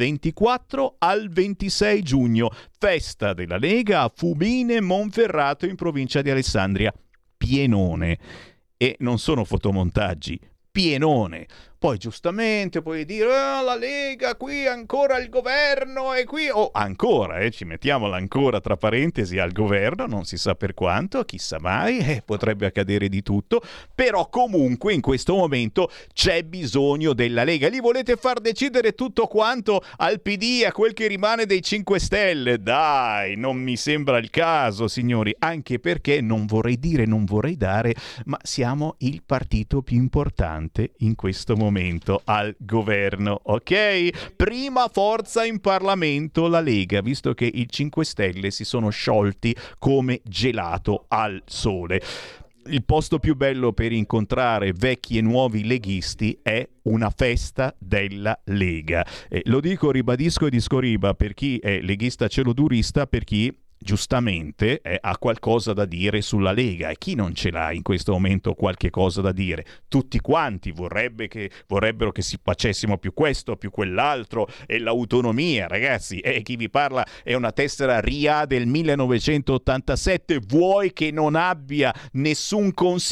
24 al 26 giugno, festa della Lega a Fubine Monferrato in provincia di Alessandria. Pienone. E non sono fotomontaggi, pienone. Poi giustamente puoi dire la Lega, qui ancora il governo, e qui ancora, ci mettiamo l'ancora tra parentesi al governo, non si sa per quanto, chissà mai, potrebbe accadere di tutto, però comunque in questo momento c'è bisogno della Lega. Li volete far decidere tutto quanto al PD, a quel che rimane dei 5 Stelle? Dai, non mi sembra il caso, signori, anche perché non vorrei dare, ma siamo il partito più importante in questo momento al governo, ok? Prima forza in Parlamento la Lega, visto che i 5 Stelle si sono sciolti come gelato al sole. Il posto più bello per incontrare vecchi e nuovi leghisti è una festa della Lega. Lo dico, ribadisco e discoriba per chi è leghista celodurista, per chi giustamente ha qualcosa da dire sulla Lega, e chi non ce l'ha in questo momento qualche cosa da dire? Tutti quanti vorrebbero che si facessimo più questo, più quell'altro, e l'autonomia, ragazzi, chi vi parla è una tessera RIA del 1987, vuoi che non abbia nessun consiglio?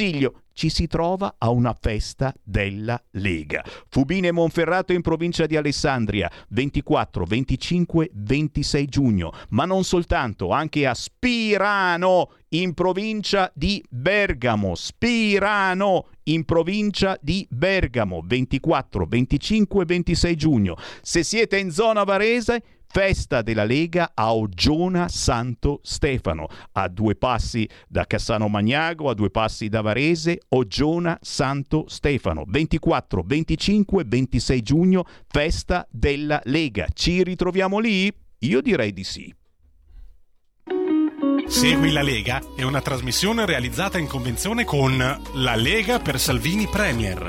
ci si trova a una festa della Lega. Fubine Monferrato in provincia di Alessandria, 24, 25, 26 giugno, ma non soltanto, anche a Spirano in provincia di Bergamo. Spirano in provincia di Bergamo, 24, 25, 26 giugno. Se siete in zona Varese, festa della Lega a Oggiona Santo Stefano, a 2 passi da Cassano Magnago, a 2 passi da Varese, Oggiona Santo Stefano, 24, 25, 26 giugno, festa della Lega. Ci ritroviamo lì? Io direi di sì. Segui la Lega è una trasmissione realizzata in convenzione con La Lega per Salvini Premier.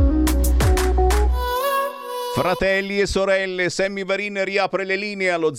Fratelli e sorelle, Sammy Varin riapre le linee allo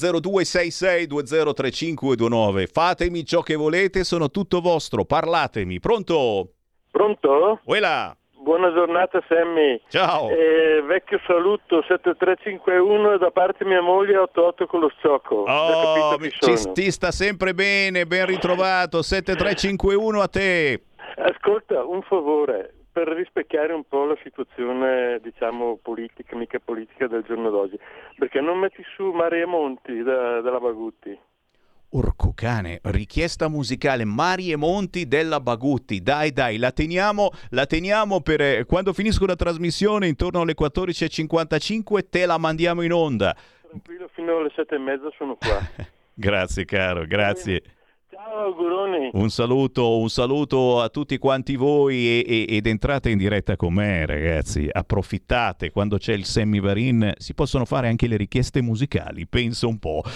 0266203529. Fatemi ciò che volete, sono tutto vostro, parlatemi. Pronto? Pronto? Uela. Buona giornata Sammy. Ciao. Vecchio saluto 7351 da parte mia moglie 88 con lo sciocco. Oh, ti sta sempre bene, ben ritrovato. 7351 a te. Ascolta, un favore. Per rispecchiare un po' la situazione, diciamo, politica, mica politica del giorno d'oggi, perché non metti su Mari e Monti della Bagutti? Orco cane, richiesta musicale Mari e Monti della Bagutti. Dai, la teniamo per quando finisco la trasmissione, intorno alle 14.55 te la mandiamo in onda. Tranquillo, fino alle 7:30 sono qua. Grazie caro, grazie. Ciao auguroni. Un saluto a tutti quanti voi ed entrate in diretta con me, ragazzi. Approfittate, quando c'è il Sammy Varin si possono fare anche le richieste musicali, penso un po'.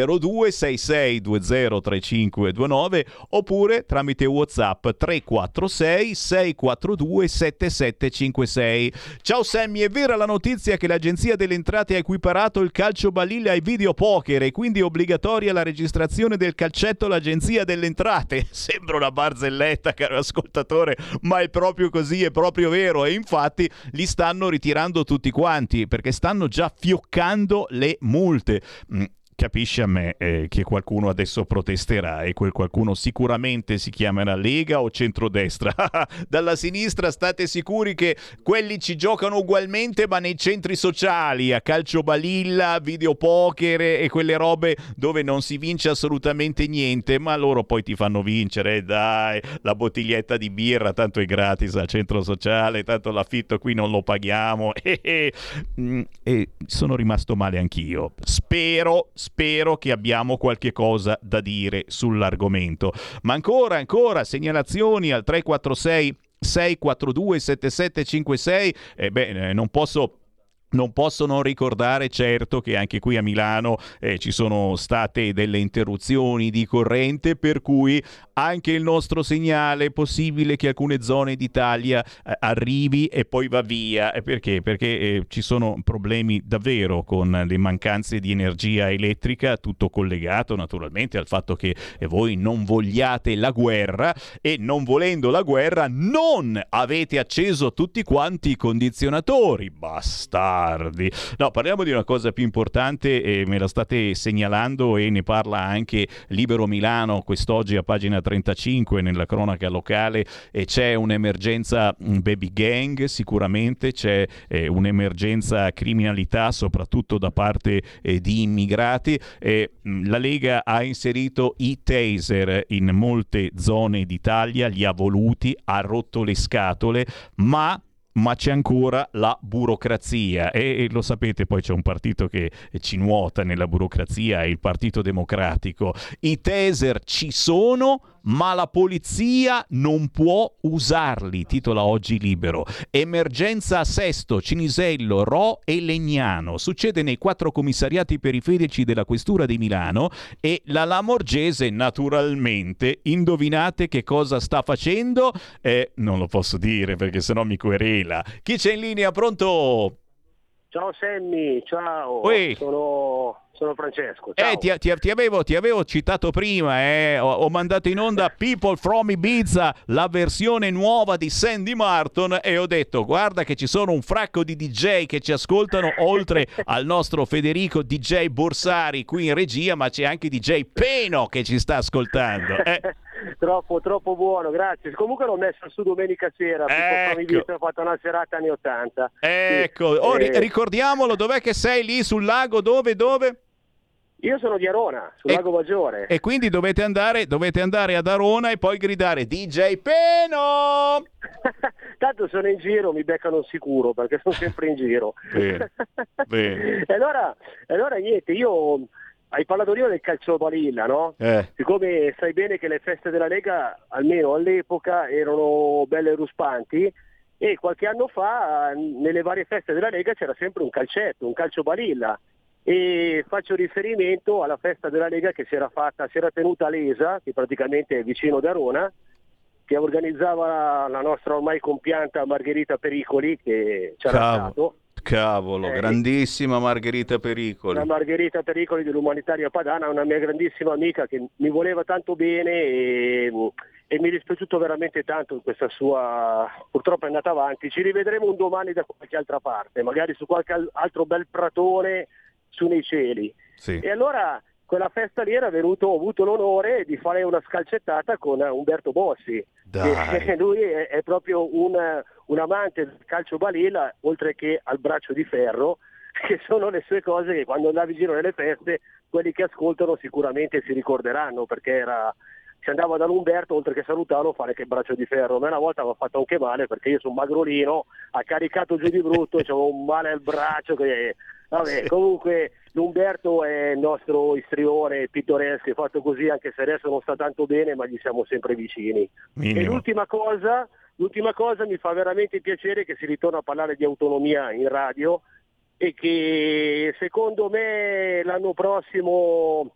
0266203529 oppure tramite WhatsApp 346 642 7756. Ciao Sammy, è vera la notizia che l'Agenzia delle Entrate ha equiparato il calcio balilla ai videopoker e quindi è obbligatoria la registrazione del calcetto all'Agenzia delle Entrate? Sembra una barzelletta, caro ascoltatore, ma è proprio così, è proprio vero, e infatti li stanno ritirando tutti quanti perché stanno già fioccando le multe. Capisci a me che qualcuno adesso protesterà e quel qualcuno sicuramente si chiamerà Lega o centrodestra. Dalla sinistra state sicuri che quelli ci giocano ugualmente ma nei centri sociali, a calcio balilla, videopoker e quelle robe dove non si vince assolutamente niente, ma loro poi ti fanno vincere, dai, la bottiglietta di birra tanto è gratis al centro sociale, tanto l'affitto qui non lo paghiamo e sono rimasto male anch'io. Spero che abbiamo qualche cosa da dire sull'argomento. Ma ancora segnalazioni al 346 642 7756. Non posso non ricordare, certo, che anche qui a Milano ci sono state delle interruzioni di corrente, per cui anche il nostro segnale è possibile che alcune zone d'Italia arrivi e poi va via. Perché? Perché ci sono problemi davvero con le mancanze di energia elettrica, tutto collegato naturalmente al fatto che voi non vogliate la guerra e non volendo la guerra non avete acceso tutti quanti i condizionatori. Basta. No, parliamo di una cosa più importante, me la state segnalando e ne parla anche Libero Milano quest'oggi a pagina 35 nella cronaca locale. C'è un'emergenza baby gang, sicuramente c'è un'emergenza criminalità soprattutto da parte di immigrati. La Lega ha inserito i taser in molte zone d'Italia, li ha voluti, ha rotto le scatole, ma c'è ancora la burocrazia e lo sapete, poi c'è un partito che ci nuota nella burocrazia, è il Partito Democratico. I taser ci sono, ma la polizia non può usarli, titola oggi Libero. Emergenza a Sesto, Cinisello, Ro e Legnano. Succede nei 4 commissariati periferici della Questura di Milano e la Lamorgese, naturalmente, indovinate che cosa sta facendo? Non lo posso dire perché sennò mi querela. Chi c'è in linea? Pronto? Ciao Sammy, ciao. Sono Francesco. Ciao. Ti avevo citato prima, ho mandato in onda People from Ibiza, la versione nuova di Sandy Martin, e ho detto guarda che ci sono un fracco di DJ che ci ascoltano, oltre al nostro Federico DJ Borsari qui in regia, ma c'è anche DJ Peno che ci sta ascoltando. Troppo buono, grazie. Comunque l'ho messo su domenica sera, ho fatto una serata anni 80. Ecco, ricordiamolo, dov'è che sei lì sul lago? Dove? Io sono di Arona, sul Lago Maggiore. E quindi dovete andare ad Arona e poi gridare DJ Peno! Tanto sono in giro, mi beccano sicuro, perché sono sempre in giro. Bene. E allora niente, io... Hai parlato prima del calcio balilla, no? Siccome sai bene che le feste della Lega, almeno all'epoca, erano belle ruspanti, e qualche anno fa nelle varie feste della Lega c'era sempre un calcetto, un calcio balilla. E faccio riferimento alla festa della Lega che si era tenuta a Lesa, che praticamente è vicino ad Arona, che organizzava la nostra ormai compianta Margherita Pericoli, che ci ha lasciato. Cavolo, grandissima Margherita Pericoli. La Margherita Pericoli dell'Umanitaria Padana, una mia grandissima amica che mi voleva tanto bene e mi è dispiaciuto veramente tanto in questa sua... Purtroppo è andata avanti. Ci rivedremo un domani da qualche altra parte, magari su qualche altro bel pratone su nei cieli. Sì. E allora quella festa lì ho avuto l'onore di fare una scalcettata con Umberto Bossi. Lui è proprio un amante del calcio balilla, oltre che al braccio di ferro, che sono le sue cose che quando andavi in giro nelle feste, quelli che ascoltano sicuramente si ricorderanno, perché si andava dall'Umberto, oltre che salutarlo, a fare che braccio di ferro. Ma una volta mi ha fatto anche male, perché io sono magrolino, ha caricato giù di brutto, c'avevo un male al braccio che... Vabbè, comunque l'Umberto è il nostro istrione pittoresco, è fatto così, anche se adesso non sta tanto bene, ma gli siamo sempre vicini. Minimo. E l'ultima cosa mi fa veramente piacere che si ritorna a parlare di autonomia in radio, e che secondo me l'anno prossimo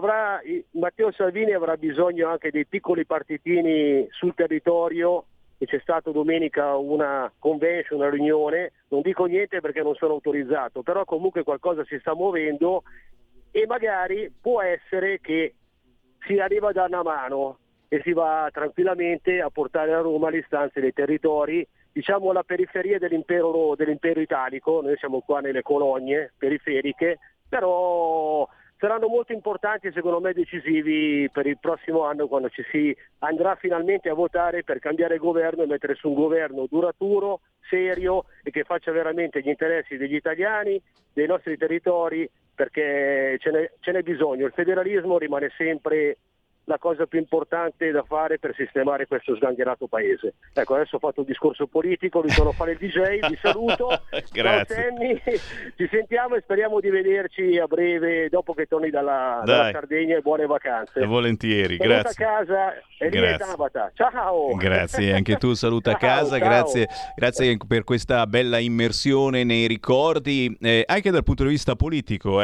Matteo Salvini avrà bisogno anche dei piccoli partitini sul territorio. E c'è stato domenica una convention, una riunione, non dico niente perché non sono autorizzato, però comunque qualcosa si sta muovendo, e magari può essere che si arriva a dare una mano e si va tranquillamente a portare a Roma le istanze dei territori, diciamo la periferia dell'impero italico. Noi siamo qua nelle colonie periferiche, però saranno molto importanti e secondo me decisivi per il prossimo anno, quando ci si andrà finalmente a votare per cambiare governo e mettere su un governo duraturo, serio e che faccia veramente gli interessi degli italiani, dei nostri territori, perché ce n'è bisogno. Il federalismo rimane sempre la cosa più importante da fare per sistemare questo sgangherato paese. Ecco, adesso ho fatto un discorso politico, ritorno a fare il DJ, vi saluto. Grazie. Ciao Sammy, ci sentiamo e speriamo di vederci a breve dopo che torni dalla Sardegna, e buone vacanze. Volentieri, saluta grazie. a casa e via Tabata. Ciao. Grazie, anche tu saluta a casa, ciao. Grazie per questa bella immersione nei ricordi, anche dal punto di vista politico.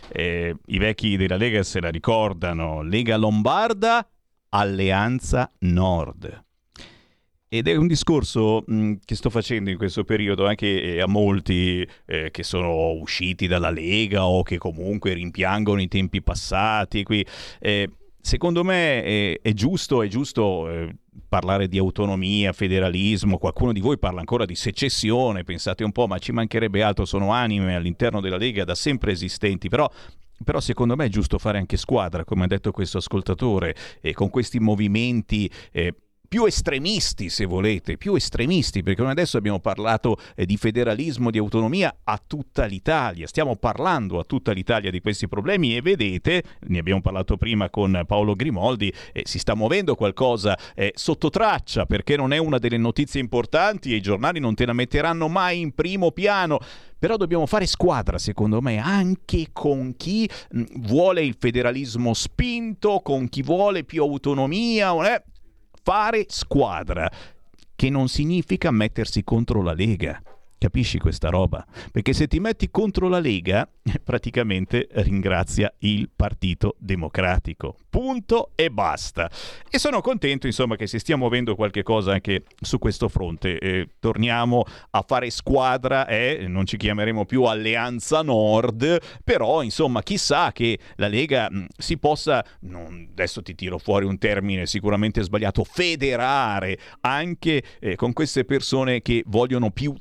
I vecchi della Lega se la ricordano, Lega Lombarda, Alleanza Nord. Ed è un discorso che sto facendo in questo periodo anche a molti che sono usciti dalla Lega o che comunque rimpiangono i tempi passati. Secondo me è giusto parlare di autonomia, federalismo. Qualcuno di voi parla ancora di secessione, pensate un po', ma ci mancherebbe altro, sono anime all'interno della Lega da sempre esistenti, però secondo me è giusto fare anche squadra, come ha detto questo ascoltatore, con questi movimenti più estremisti, se volete, perché noi adesso abbiamo parlato di federalismo, di autonomia a tutta l'Italia, stiamo parlando a tutta l'Italia di questi problemi, e vedete, ne abbiamo parlato prima con Paolo Grimoldi, si sta muovendo qualcosa sotto traccia, perché non è una delle notizie importanti e i giornali non te la metteranno mai in primo piano. Però dobbiamo fare squadra, secondo me, anche con chi vuole il federalismo spinto, con chi vuole più autonomia. Fare squadra, che non significa mettersi contro la Lega. Capisci questa roba? Perché se ti metti contro la Lega, praticamente ringrazia il Partito Democratico. Punto e basta. E sono contento, insomma, che si stia muovendo qualche cosa anche su questo fronte. Torniamo a fare squadra, non ci chiameremo più Alleanza Nord, però, insomma, chissà che la Lega si possa, adesso ti tiro fuori un termine sicuramente sbagliato, federare anche con queste persone che vogliono più territorio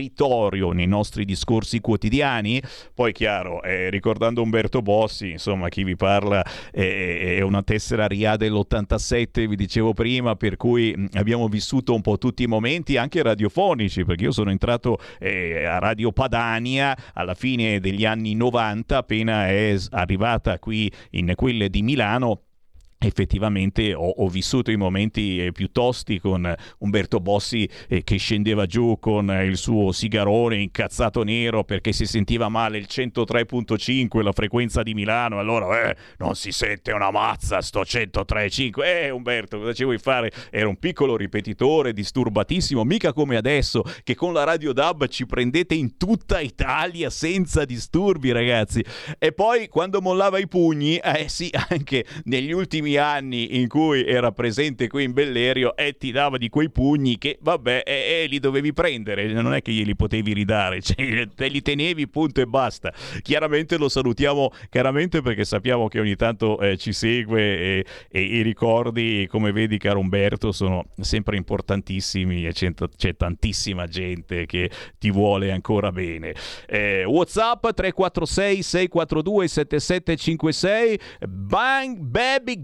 territorio nei nostri discorsi quotidiani. Poi chiaro, ricordando Umberto Bossi, insomma, chi vi parla è una tessera RIA dell'87, vi dicevo prima, per cui abbiamo vissuto un po' tutti i momenti anche radiofonici, perché io sono entrato a Radio Padania alla fine degli anni 90, appena è arrivata qui in quelle di Milano. Effettivamente ho vissuto i momenti più tosti con Umberto Bossi che scendeva giù con il suo sigarone incazzato nero perché si sentiva male il 103.5, la frequenza di Milano. Allora non si sente una mazza sto 103.5. Umberto, cosa ci vuoi fare? Era un piccolo ripetitore disturbatissimo, mica come adesso che con la Radio DAB ci prendete in tutta Italia senza disturbi, ragazzi. E poi quando mollava i pugni, sì, anche negli ultimi anni in cui era presente qui in Bellerio, ti dava di quei pugni che vabbè, li dovevi prendere, non è che glieli potevi ridare, cioè, te li tenevi, punto e basta. Chiaramente lo salutiamo chiaramente, perché sappiamo che ogni tanto ci segue e i ricordi, come vedi caro Umberto, sono sempre importantissimi e c'è tantissima gente che ti vuole ancora bene. WhatsApp 346 642 7756. Bang Baby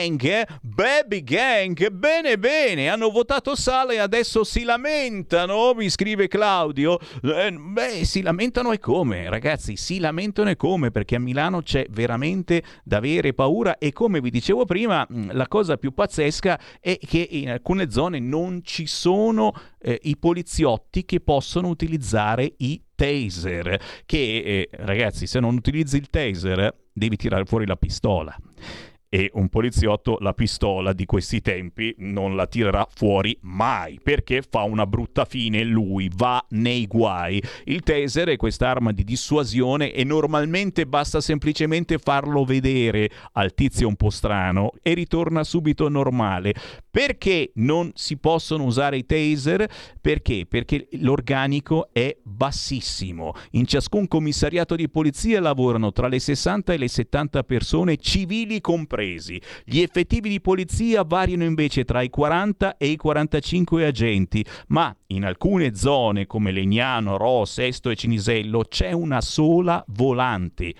Gang, bene, hanno votato Sala e adesso si lamentano, mi scrive Claudio. Si lamentano e come, ragazzi, si lamentano e come, perché a Milano c'è veramente da avere paura. E come vi dicevo prima, la cosa più pazzesca è che in alcune zone non ci sono i poliziotti che possono utilizzare i taser, che ragazzi, se non utilizzi il taser devi tirare fuori la pistola. E un poliziotto la pistola di questi tempi non la tirerà fuori mai, perché fa una brutta fine, lui va nei guai. Il taser è quest'arma di dissuasione e normalmente basta semplicemente farlo vedere al tizio un po' strano e ritorna subito normale. Perché non si possono usare i taser? Perché? Perché l'organico è bassissimo. In ciascun commissariato di polizia lavorano tra le 60 e le 70 persone, civili compresi. Gli effettivi di polizia variano invece tra i 40 e i 45 agenti, ma in alcune zone come Legnano, Ro, Sesto e Cinisello c'è una sola volante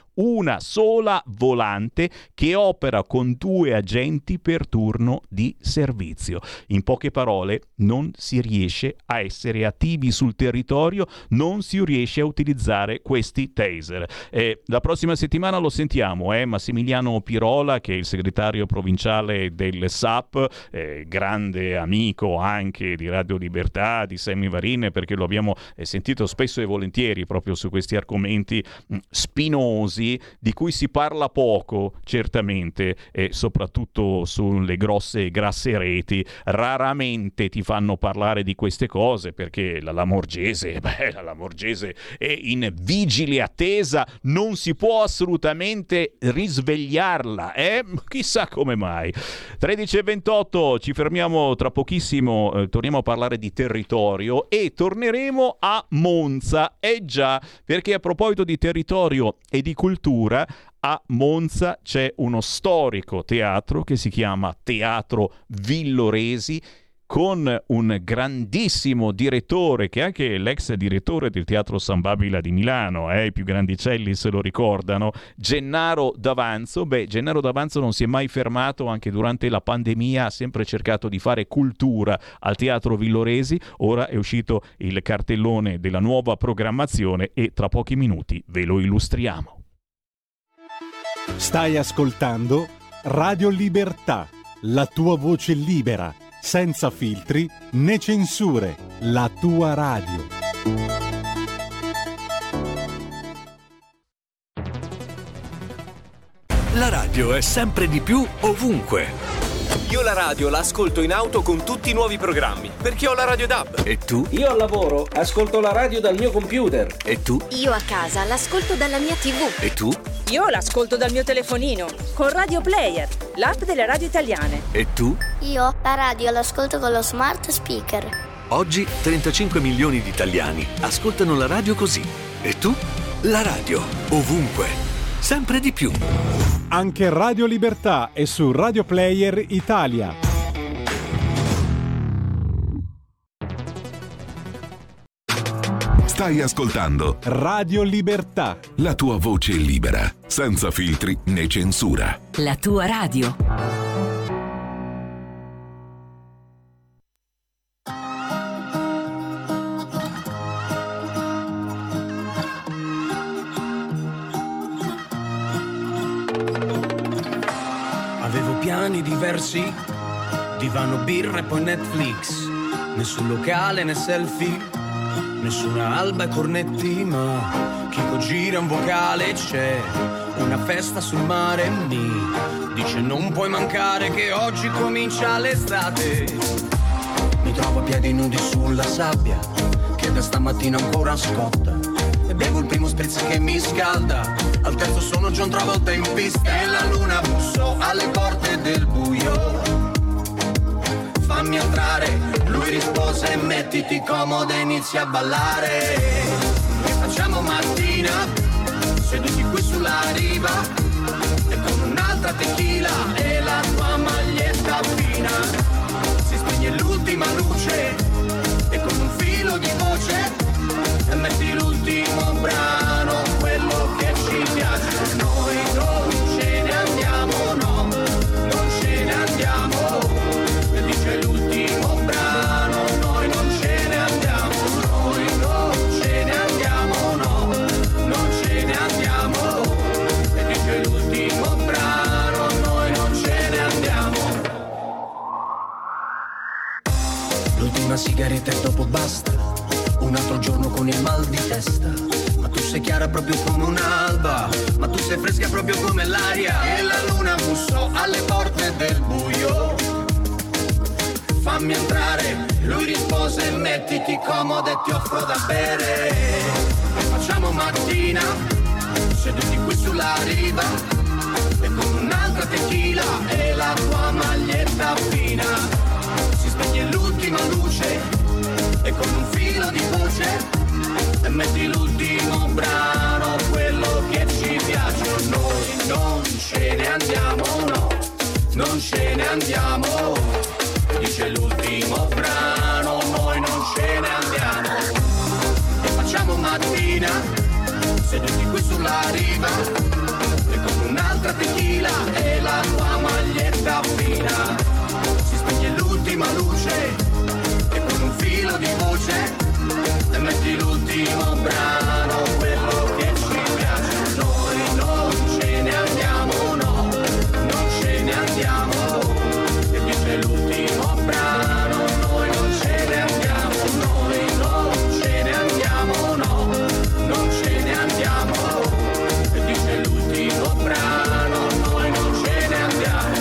che opera con 2 agenti per turno di servizio. In poche parole, non si riesce a essere attivi sul territorio, non si riesce a utilizzare questi taser. La prossima settimana lo sentiamo, Massimiliano Pirola, che è il segretario provinciale del SAP, grande amico anche di Radio Libertà, di Sammy Varin, perché lo abbiamo sentito spesso e volentieri proprio su questi argomenti spinosi di cui si parla poco, certamente, e soprattutto sulle grosse e grasse reti raramente ti fanno parlare di queste cose, perché la Lamorgese è in vigile attesa, non si può assolutamente risvegliarla, chissà come mai. 13:28, ci fermiamo tra pochissimo, torniamo a parlare di territorio e torneremo a Monza, già, perché a proposito di territorio e di cultura, a Monza c'è uno storico teatro che si chiama Teatro Villoresi, con un grandissimo direttore che è anche l'ex direttore del Teatro San Babila di Milano, i più grandicelli se lo ricordano, Gennaro D'Avanzo. Gennaro D'Avanzo non si è mai fermato, anche durante la pandemia ha sempre cercato di fare cultura al Teatro Villoresi. Ora è uscito il cartellone della nuova programmazione e tra pochi minuti ve lo illustriamo. Stai ascoltando Radio Libertà, la tua voce libera, senza filtri né censure, la tua radio. La radio è sempre di più ovunque. Io la radio la ascolto in auto con tutti i nuovi programmi, perché ho la Radio DAB. E tu? Io al lavoro ascolto la radio dal mio computer. E tu? Io a casa l'ascolto dalla mia TV. E tu? Io l'ascolto dal mio telefonino, con Radio Player, l'app delle radio italiane. E tu? Io la radio l'ascolto con lo smart speaker. Oggi 35 milioni di italiani ascoltano la radio così. E tu? La radio, ovunque, sempre di più. Anche Radio Libertà è su Radio Player Italia. Stai ascoltando Radio Libertà. La tua voce libera, senza filtri né censura. La tua radio. Avevo piani diversi, divano, birra e poi Netflix. Nessun locale né selfie, nessuna alba e cornetti, ma Chico gira un vocale, c'è una festa sul mare, mi dice non puoi mancare che oggi comincia l'estate. Mi trovo a piedi nudi sulla sabbia, che da stamattina ancora scotta, e bevo il primo spritz che mi scalda. Al terzo sono John Travolta in pista e la luna bussò alle porte del buio. Fammi entrare, lui rispose mettiti comoda e inizia a ballare. Che facciamo mattina, seduti qui sulla riva, e con un'altra tequila e la tua maglietta fina. Si spegne l'ultima luce e con un filo di voce e metti l'ultimo brano, quello che ci piace. Noi non ce ne andiamo, no, non ce ne andiamo. E dice l'ultimo brano, noi non ce ne andiamo, noi non ce ne andiamo, no, non ce ne andiamo. E dice l'ultimo brano, noi non ce ne andiamo. L'ultima sigaretta e dopo basta, un altro giorno con il mal di testa. Ma tu sei chiara proprio come un'alba, ma tu sei fresca proprio come l'aria. E la luna bussò alle porte del buio. Fammi entrare, lui rispose mettiti comoda e ti offro da bere. E facciamo mattina, seduti qui sulla riva, e con un'altra tequila e la tua maglietta fina. Si spegne l'ultima luce e con un filo di voce e metti l'ultimo brano, quello che ci piace. Noi non ce ne andiamo, no, non ce ne andiamo. Dice l'ultimo brano, noi non ce ne andiamo. E facciamo mattina, seduti qui sulla riva, e con un'altra tequila e la tua maglietta fina. Si spegne l'ultima luce e con un filo di voce e metti l'ultimo brano, quello che ci piace. Noi non ce ne andiamo, no, non ce ne andiamo. E dice l'ultimo brano, noi non ce ne andiamo, noi non ce ne andiamo, no, non ce ne andiamo. E dice l'ultimo brano, noi non ce ne andiamo.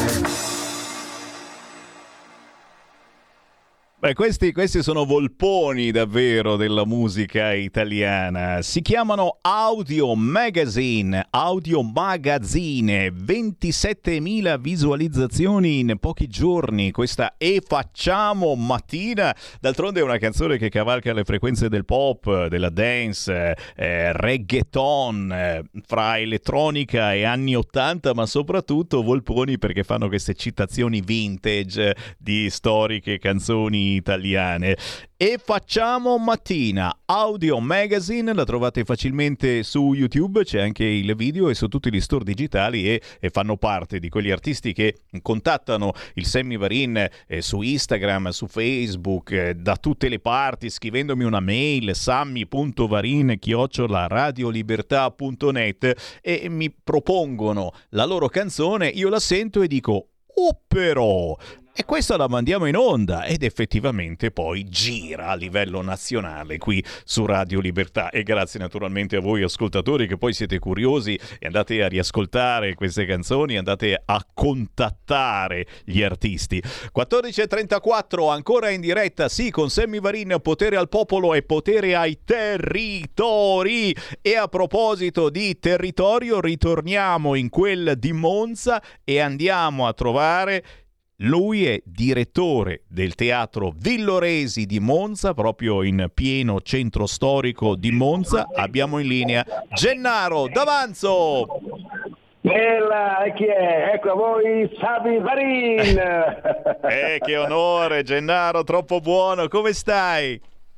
Beh, questi sono volponi davvero della musica italiana. Si chiamano Audio Magazine, 27.000 visualizzazioni in pochi giorni. Questa E facciamo mattina, d'altronde è una canzone che cavalca le frequenze del pop, della dance, reggaeton, fra elettronica e anni 80, ma soprattutto volponi perché fanno queste citazioni vintage di storiche canzoni italiane. E facciamo mattina, Audio Magazine, la trovate facilmente su YouTube, c'è anche il video e su tutti gli store digitali e fanno parte di quegli artisti che contattano il Sammy Varin su Instagram, su Facebook, da tutte le parti, scrivendomi una mail sammy.varin@radiolibertà.net e mi propongono la loro canzone, io la sento e dico "Oh però!" E questa la mandiamo in onda ed effettivamente poi gira a livello nazionale qui su Radio Libertà. E grazie naturalmente a voi ascoltatori che poi siete curiosi e andate a riascoltare queste canzoni, andate a contattare gli artisti. 14.34 ancora in diretta, sì, con Sammy Varin, potere al popolo e potere ai territori. E a proposito di territorio, ritorniamo in quel di Monza e andiamo a trovare... Lui è direttore del teatro Villoresi di Monza, proprio in pieno centro storico di Monza. Abbiamo in linea Gennaro D'Avanzo. Bella, e chi è? Ecco a voi Sammy Varin. Che onore Gennaro, troppo buono, come stai?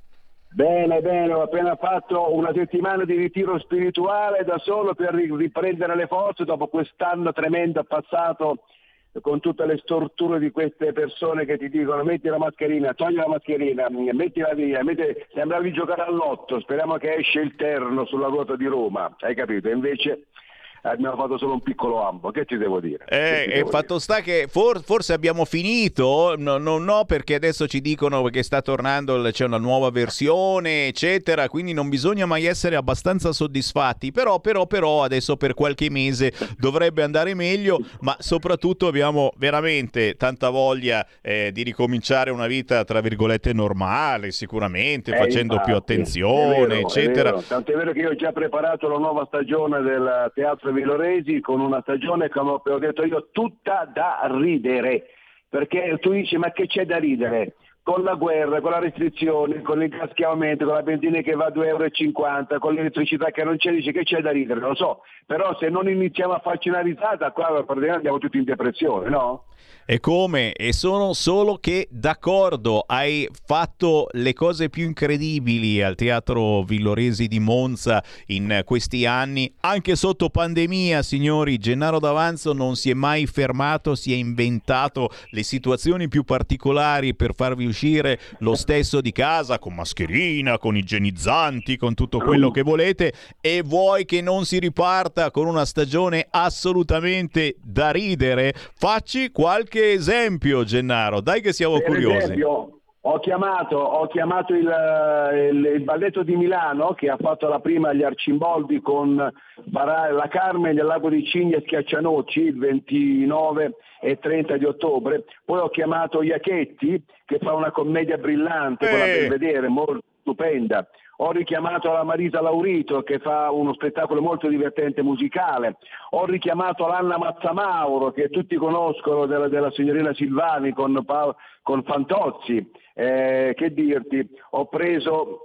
Bene, ho appena fatto una settimana di ritiro spirituale da solo per riprendere le forze dopo quest'anno tremendo passato con tutte le storture di queste persone che ti dicono metti la mascherina, togli la mascherina, mettila via, sembravi giocare al lotto, speriamo che esce il terno sulla ruota di Roma, hai capito? E invece abbiamo fatto solo un piccolo ambo, che ti devo dire? Fatto sta che forse abbiamo finito, no, perché adesso ci dicono che sta tornando, c'è una nuova versione, eccetera, quindi non bisogna mai essere abbastanza soddisfatti, però adesso per qualche mese dovrebbe andare meglio, ma soprattutto abbiamo veramente tanta voglia di ricominciare una vita tra virgolette normale, sicuramente, facendo infatti, più attenzione, eccetera. Tanto è vero che io ho già preparato la nuova stagione del Teatro Villoresi con una stagione, come ho detto io, tutta da ridere, perché tu dici ma che c'è da ridere? Con la guerra, con la restrizione, con il gas che aumenta, con la benzina che va a 2,50 €, con l'elettricità che non c'è, dici che c'è da ridere, lo so, però se non iniziamo a farci una risata qua praticamente andiamo tutti in depressione, no? E come? E sono solo che d'accordo, hai fatto le cose più incredibili al Teatro Villoresi di Monza in questi anni, anche sotto pandemia, signori. Gennaro D'Avanzo non si è mai fermato, si è inventato le situazioni più particolari per farvi uscire lo stesso di casa, con mascherina, con igienizzanti, con tutto quello che volete, e vuoi che non si riparta con una stagione assolutamente da ridere? Facci qualche esempio, Gennaro, dai che siamo curiosi. Per esempio, ho chiamato il balletto di Milano che ha fatto la prima agli Arcimboldi con la Carmen del Lago di Cigna e Schiaccianoci il 29 e 30 di ottobre, poi ho chiamato Iacchetti che fa una commedia brillante con la Belvedere, molto stupenda. Ho richiamato la Marisa Laurito che fa uno spettacolo molto divertente musicale, ho richiamato l'Anna Mazzamauro che tutti conoscono della signorina Silvani con Fantozzi, che dirti, ho preso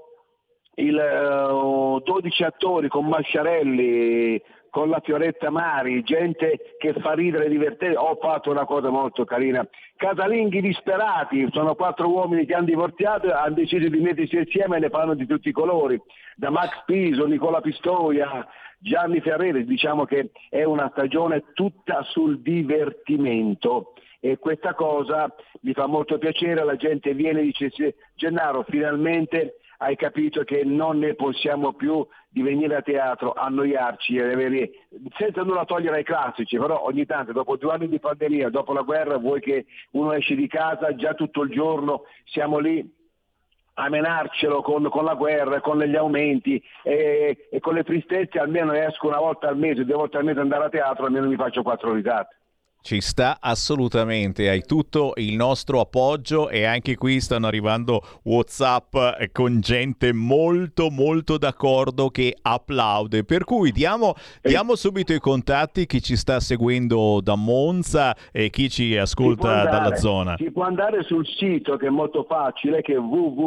12 attori con Masciarelli, con la Fioretta Mari, gente che fa ridere e divertire. Ho fatto una cosa molto carina, casalinghi disperati, sono 4 uomini che hanno divorziato e hanno deciso di mettersi insieme e ne fanno di tutti i colori, da Max Piso, Nicola Pistoia, Gianni Ferreri. Diciamo che è una stagione tutta sul divertimento e questa cosa mi fa molto piacere. La gente viene e dice Gennaro, finalmente hai capito che non ne possiamo più di venire a teatro, annoiarci, senza nulla togliere ai classici, però ogni tanto, dopo 2 anni di pandemia, dopo la guerra, vuoi che uno esce di casa, già tutto il giorno siamo lì a menarcelo con la guerra, con gli aumenti e con le tristezze. Almeno esco una volta al mese, 2 volte al mese andare a teatro, almeno mi faccio 4 risate. Ci sta assolutamente, hai tutto il nostro appoggio e anche qui stanno arrivando WhatsApp con gente molto molto d'accordo che applaude, per cui diamo subito i contatti, chi ci sta seguendo da Monza e chi ci ascolta dalla zona. Si può andare sul sito che è molto facile, che è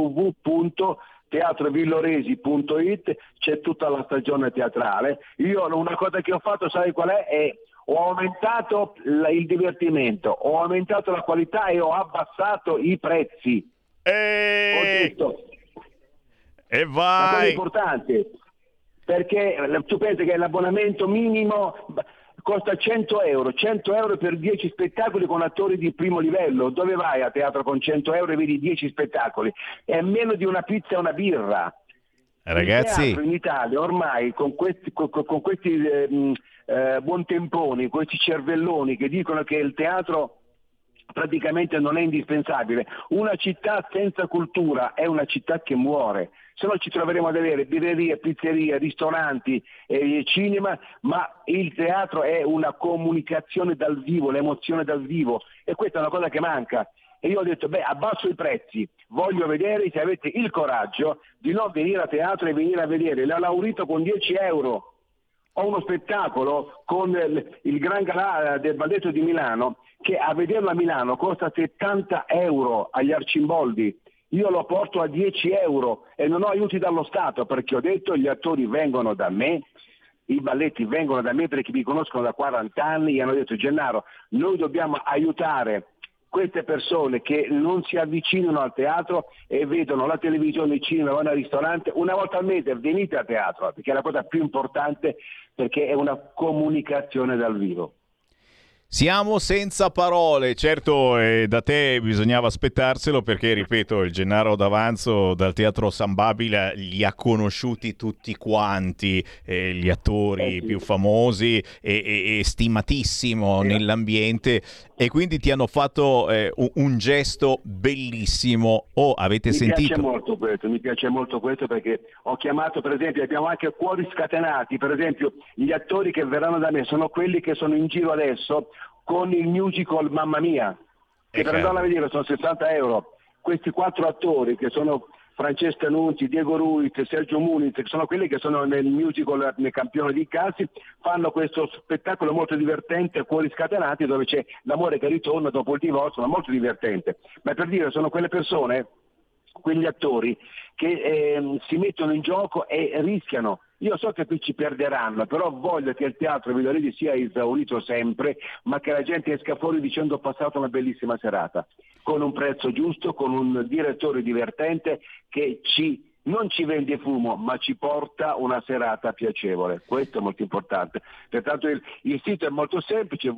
www.teatrovilloresi.it, c'è tutta la stagione teatrale. Io una cosa che ho fatto, sai qual è? Ho aumentato il divertimento, ho aumentato la qualità e ho abbassato i prezzi. Ho detto, e vai! È importante, perché tu pensi che l'abbonamento minimo costa 100 euro per 10 spettacoli con attori di primo livello. Dove vai a teatro con 100 euro e vedi 10 spettacoli? È meno di una pizza e una birra. Ragazzi, in Italia ormai con questi buontemponi, questi cervelloni che dicono che il teatro praticamente non è indispensabile. Una città senza cultura è una città che muore, se no ci troveremo ad avere birrerie, pizzerie, ristoranti, cinema, ma il teatro è una comunicazione dal vivo, l'emozione dal vivo, e questa è una cosa che manca. E io ho detto, abbasso i prezzi, voglio vedere se avete il coraggio di non venire a teatro e venire a vedere la Laurito con 10 euro. Ho uno spettacolo con il Gran Galà del Balletto di Milano che a vederlo a Milano costa 70 euro agli Arcimboldi. Io lo porto a 10 euro e non ho aiuti dallo Stato, perché ho detto gli attori vengono da me, i balletti vengono da me perché mi conoscono da 40 anni e hanno detto Gennaro, noi dobbiamo aiutare queste persone che non si avvicinano al teatro e vedono la televisione, il cinema, vanno al ristorante, una volta al mese venite a teatro, perché è la cosa più importante, perché è una comunicazione dal vivo. Siamo senza parole, certo da te bisognava aspettarselo perché, ripeto, il Gennaro D'Avanzo dal Teatro San Babila li ha conosciuti tutti quanti, gli attori più famosi e stimatissimo nell'ambiente, e quindi ti hanno fatto un gesto bellissimo. Avete sentito? Mi piace molto questo perché ho chiamato, per esempio, abbiamo anche Cuori Scatenati, per esempio gli attori che verranno da me sono quelli che sono in giro adesso con il musical Mamma Mia, che per andarla a vedere sono 60 euro. Questi 4 attori che sono Francesca Nunzi, Diego Ruiz, Sergio Muniz, che sono quelli che sono nel musical nel Campione di Incassi, fanno questo spettacolo molto divertente, Cuori Scatenati, dove c'è l'amore che ritorna dopo il divorzio, ma molto divertente. Ma per dire, sono quelle persone, quegli attori che si mettono in gioco e rischiano. Io so che qui ci perderanno, però voglio che il Teatro Villoresi sia esaurito sempre, ma che la gente esca fuori dicendo ho passato una bellissima serata, con un prezzo giusto, con un direttore divertente che non ci vende fumo, ma ci porta una serata piacevole. Questo è molto importante. Pertanto il sito è molto semplice,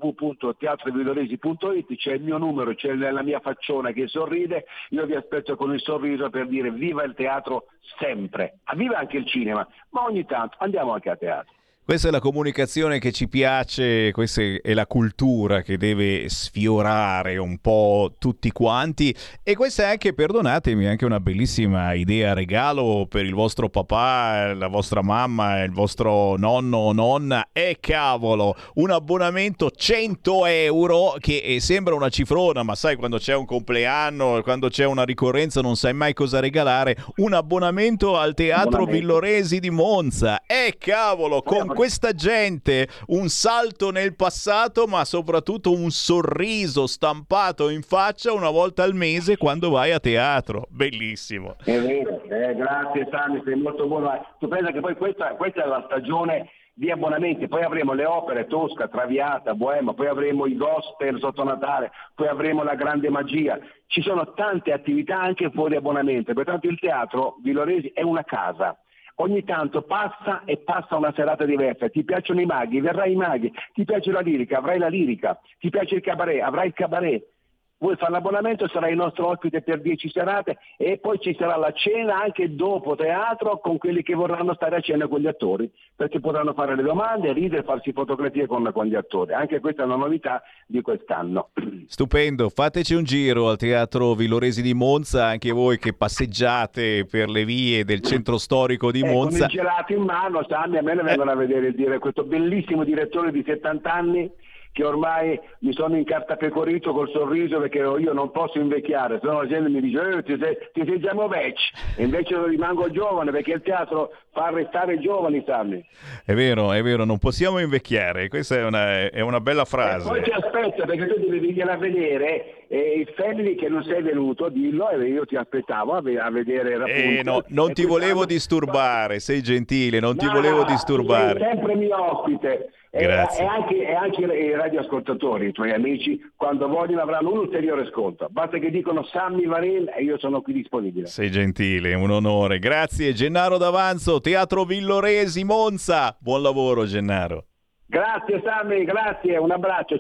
www.teatrovilloresi.it, c'è il mio numero, c'è la mia facciona che sorride, io vi aspetto con il sorriso per dire viva il teatro sempre, viva anche il cinema, ma ogni tanto andiamo anche a teatro. Questa è la comunicazione che ci piace, questa è la cultura che deve sfiorare un po' tutti quanti, e questa è anche, perdonatemi, anche una bellissima idea regalo per il vostro papà, la vostra mamma, il vostro nonno o nonna. Cavolo, un abbonamento 100 euro che sembra una cifrona, ma sai, quando c'è un compleanno, quando c'è una ricorrenza non sai mai cosa regalare. Un abbonamento al Teatro Villoresi di Monza. Cavolo, con questa gente un salto nel passato, ma soprattutto un sorriso stampato in faccia una volta al mese quando vai a teatro. Bellissimo. È vero, grazie Sammy, sei molto buono. Tu pensa che poi questa è la stagione di abbonamenti, poi avremo le opere Tosca, Traviata, Boema, poi avremo i gospel sotto Natale, poi avremo la grande magia. Ci sono tante attività anche fuori abbonamento, pertanto il Teatro Villoresi è una casa. Ogni tanto passa una serata diversa. Ti piacciono i maghi, verrai i maghi. Ti piace la lirica, avrai la lirica. Ti piace il cabaret, avrai il cabaret. Vuoi fare l'abbonamento, sarai il nostro ospite per 10 serate, e poi ci sarà la cena anche dopo teatro con quelli che vorranno stare a cena con gli attori, perché potranno fare le domande, ridere, farsi fotografie con gli attori. Anche questa è una novità di quest'anno. Stupendo, fateci un giro al Teatro Villoresi di Monza, anche voi che passeggiate per le vie del centro storico di Monza. Con il gelato in mano, Sammy, a me ne vengono a vedere questo bellissimo direttore di 70 anni, che ormai mi sono incartapecorito col sorriso perché io non posso invecchiare, se no la gente mi dice ti sei già vecchio, e invece rimango giovane perché il teatro fa restare giovani, Sammy. È vero, non possiamo invecchiare, questa è una bella frase. Poi ti aspetto, perché tu devi venire a vedere il Family, che non sei venuto, dillo, e io ti aspettavo a vedere no, non ti volevo disturbare, sei gentile, non ti volevo disturbare. Sei sempre mio ospite. Grazie. E anche i radioascoltatori, i tuoi amici, quando vogliono avranno un ulteriore sconto. Basta che dicono Sammy Varin e io sono qui disponibile. Sei gentile, un onore. Grazie Gennaro D'Avanzo, Teatro Villoresi Monza. Buon lavoro Gennaro. Grazie Sammy, grazie, un abbraccio,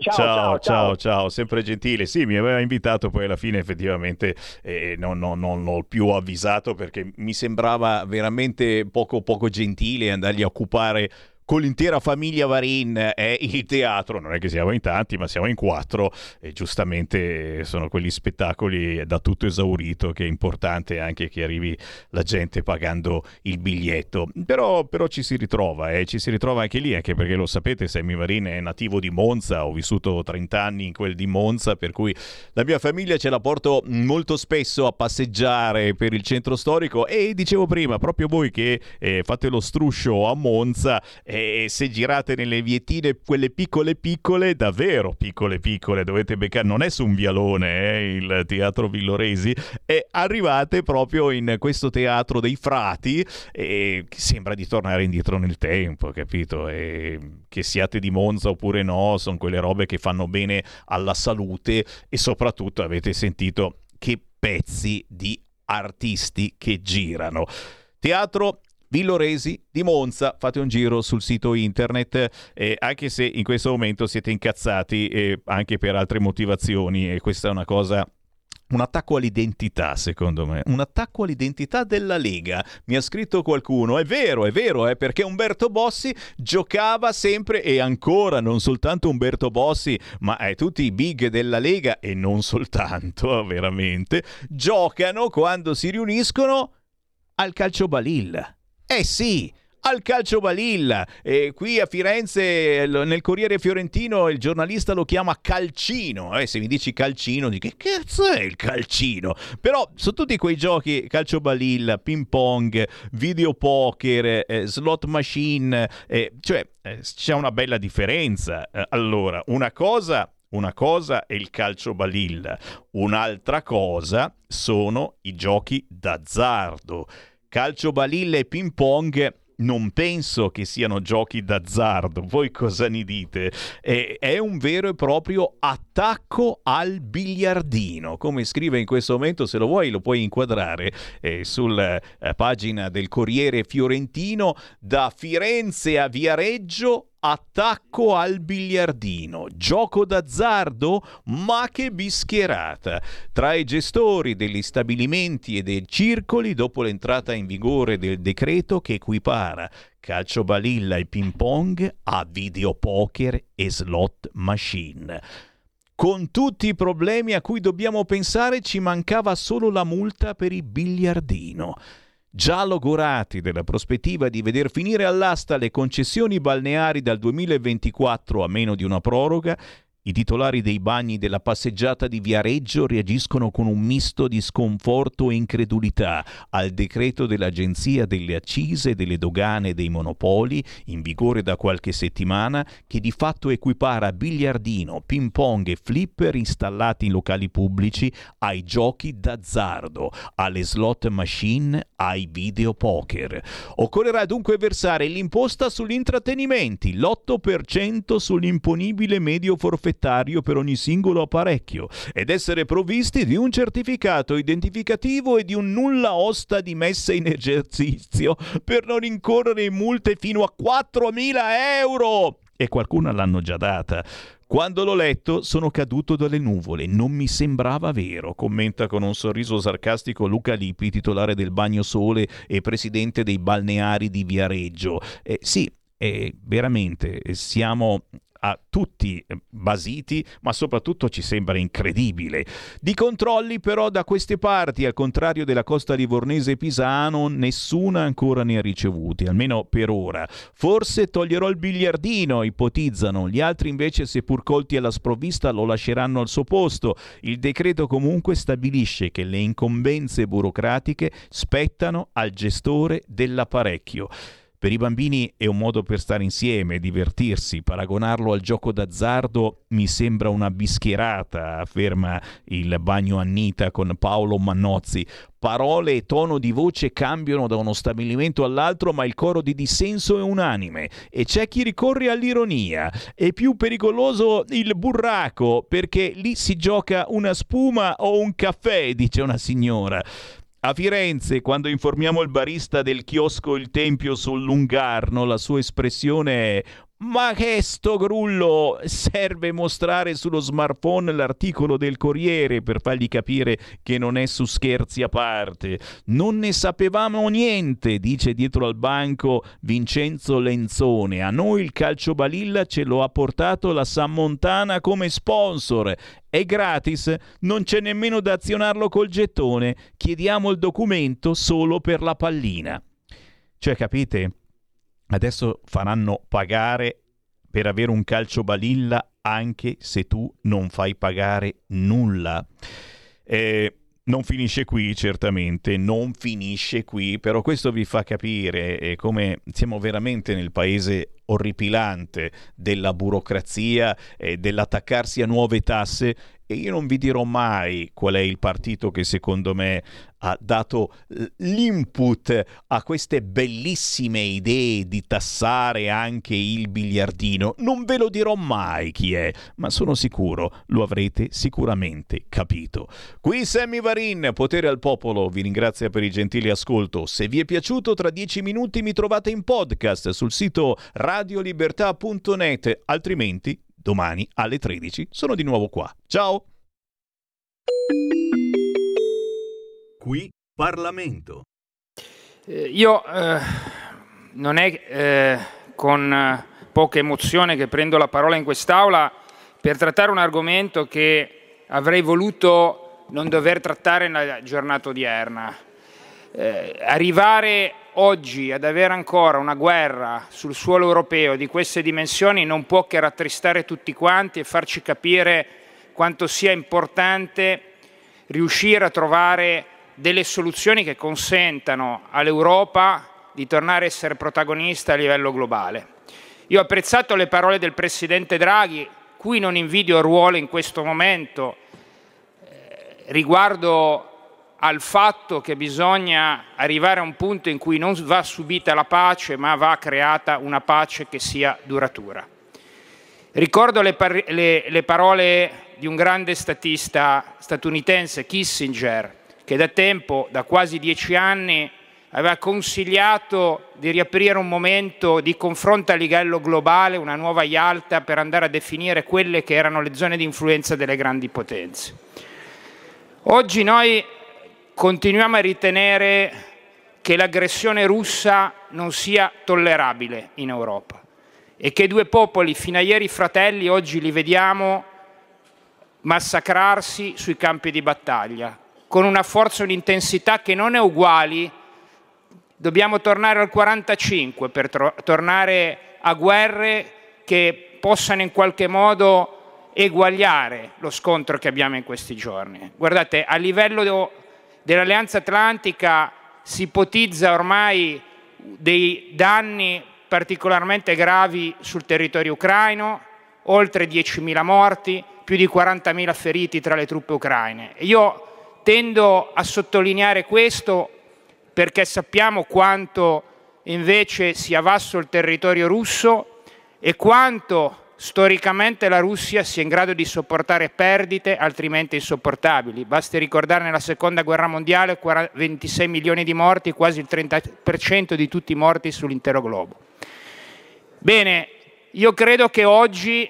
ciao. Sempre gentile. Sì, mi aveva invitato, poi alla fine effettivamente non l'ho più avvisato perché mi sembrava veramente poco gentile andargli a occupare con l'intera famiglia Varin il teatro. Non è che siamo in tanti, ma siamo in 4, e giustamente sono quegli spettacoli da tutto esaurito che è importante anche che arrivi la gente pagando il biglietto. Però ci si ritrova anche lì, anche perché lo sapete, Sammy Varin è nativo di Monza, ho vissuto 30 anni in quel di Monza, per cui la mia famiglia ce la porto molto spesso a passeggiare per il centro storico. E dicevo prima, proprio voi che fate lo struscio a Monza, e se girate nelle vietine, quelle piccole, davvero piccole, dovete beccare, non è su un vialone, il Teatro Villoresi, e arrivate proprio in questo teatro dei frati e sembra di tornare indietro nel tempo, capito? E che siate di Monza oppure no, sono quelle robe che fanno bene alla salute, e soprattutto avete sentito che pezzi di artisti che girano. Teatro Villoresi di Monza, fate un giro sul sito internet, anche se in questo momento siete incazzati anche per altre motivazioni, e questa è una cosa, un attacco all'identità, secondo me, un attacco all'identità della Lega. Mi ha scritto qualcuno, è vero, perché Umberto Bossi giocava sempre, e ancora non soltanto Umberto Bossi, ma tutti i big della Lega, e non soltanto, veramente, giocano quando si riuniscono al calciobalilla. Sì, al calciobalilla. Qui a Firenze, nel Corriere Fiorentino, il giornalista lo chiama calcino. Se mi dici calcino, dico che cazzo è il calcino? Però su tutti quei giochi, calciobalilla, ping pong, videopoker, slot machine, c'è una bella differenza. Allora, una cosa è il calciobalilla, un'altra cosa sono i giochi d'azzardo. Calciobalilla e ping pong non penso che siano giochi d'azzardo. Voi cosa ne dite? È un vero e proprio attacco al biliardino, come scrive in questo momento, se lo vuoi lo puoi inquadrare sulla pagina del Corriere Fiorentino: da Firenze a Viareggio, attacco al biliardino, gioco d'azzardo, ma che bischierata. Tra i gestori degli stabilimenti e dei circoli, dopo l'entrata in vigore del decreto che equipara calciobalilla e ping pong a videopoker e slot machine. Con tutti i problemi a cui dobbiamo pensare, ci mancava solo la multa per il biliardino. Già logorati della prospettiva di veder finire all'asta le concessioni balneari dal 2024 a meno di una proroga, i titolari dei bagni della passeggiata di Viareggio reagiscono con un misto di sconforto e incredulità al decreto dell'Agenzia delle Accise e delle Dogane e dei Monopoli, in vigore da qualche settimana, che di fatto equipara biliardino, ping pong e flipper installati in locali pubblici ai giochi d'azzardo, alle slot machine, ai videopoker. Occorrerà dunque versare l'imposta sugli intrattenimenti, l'8% sull'imponibile medio forfettario per ogni singolo apparecchio, ed essere provvisti di un certificato identificativo e di un nulla osta di messa in esercizio per non incorrere in multe fino a 4.000 euro. E qualcuna l'hanno già data. Quando l'ho letto sono caduto dalle nuvole, non mi sembrava vero, commenta con un sorriso sarcastico Luca Lippi, titolare del Bagno Sole e presidente dei balneari di Viareggio. Sì, veramente siamo a tutti basiti, ma soprattutto ci sembra incredibile. Di controlli però da queste parti, al contrario della costa livornese e Pisano, nessuna ancora ne ha ricevuti, almeno per ora. Forse toglierò il biliardino, ipotizzano, gli altri invece, seppur colti alla sprovvista, lo lasceranno al suo posto. Il decreto comunque stabilisce che le incombenze burocratiche spettano al gestore dell'apparecchio. Per i bambini è un modo per stare insieme, divertirsi. Paragonarlo al gioco d'azzardo mi sembra una bischierata, afferma il Bagno Annita con Paolo Mannozzi. Parole e tono di voce cambiano da uno stabilimento all'altro, ma il coro di dissenso è unanime. E c'è chi ricorre all'ironia. È più pericoloso il burraco, perché lì si gioca una spuma o un caffè, dice una signora. A Firenze, quando informiamo il barista del chiosco Il Tempio sul Lungarno, la sua espressione è: ma che sto grullo, serve mostrare sullo smartphone l'articolo del Corriere per fargli capire che non è su Scherzi a parte. Non ne sapevamo niente, dice dietro al banco Vincenzo Lenzone. A noi il calciobalilla ce lo ha portato la Sammontana come sponsor. È gratis, non c'è nemmeno da azionarlo col gettone. Chiediamo il documento solo per la pallina. Cioè, capite? Adesso faranno pagare per avere un calciobalilla anche se tu non fai pagare nulla. Non finisce qui, certamente, non finisce qui, però questo vi fa capire come siamo veramente nel paese orripilante della burocrazia e dell'attaccarsi a nuove tasse, e io non vi dirò mai qual è il partito che secondo me ha dato l'input a queste bellissime idee di tassare anche il biliardino. Non ve lo dirò mai chi è, ma sono sicuro lo avrete sicuramente capito. Qui Sammy Varin, Potere al Popolo, vi ringrazia per il gentile ascolto. Se vi è piaciuto, tra 10 minuti mi trovate in podcast sul sito radiolibertà.net, altrimenti domani alle 13 sono di nuovo qua. Ciao! Qui Parlamento. Io non è con poca emozione che prendo la parola in quest'Aula per trattare un argomento che avrei voluto non dover trattare nella giornata odierna. Arrivare oggi ad avere ancora una guerra sul suolo europeo di queste dimensioni non può che rattristare tutti quanti e farci capire quanto sia importante riuscire a trovare delle soluzioni che consentano all'Europa di tornare a essere protagonista a livello globale. Io ho apprezzato le parole del Presidente Draghi, cui non invidio il ruolo in questo momento, riguardo al fatto che bisogna arrivare a un punto in cui non va subita la pace, ma va creata una pace che sia duratura. Ricordo le parole di un grande statista statunitense, Kissinger, che da tempo, da quasi 10 anni, aveva consigliato di riaprire un momento di confronto a livello globale, una nuova Yalta, per andare a definire quelle che erano le zone di influenza delle grandi potenze. Oggi noi continuiamo a ritenere che l'aggressione russa non sia tollerabile in Europa e che due popoli fino a ieri fratelli oggi li vediamo massacrarsi sui campi di battaglia con una forza e un'intensità che non è uguali. Dobbiamo tornare al 45 per tornare a guerre che possano in qualche modo eguagliare lo scontro che abbiamo in questi giorni. Guardate, a livello dell'Alleanza Atlantica si ipotizza ormai dei danni particolarmente gravi sul territorio ucraino, oltre 10.000 morti, più di 40.000 feriti tra le truppe ucraine. E io tendo a sottolineare questo perché sappiamo quanto invece sia vasto il territorio russo e quanto storicamente la Russia sia in grado di sopportare perdite altrimenti insopportabili. Basti ricordare nella Seconda Guerra Mondiale 26 milioni di morti, quasi il 30% di tutti i morti sull'intero globo. Bene, io credo che oggi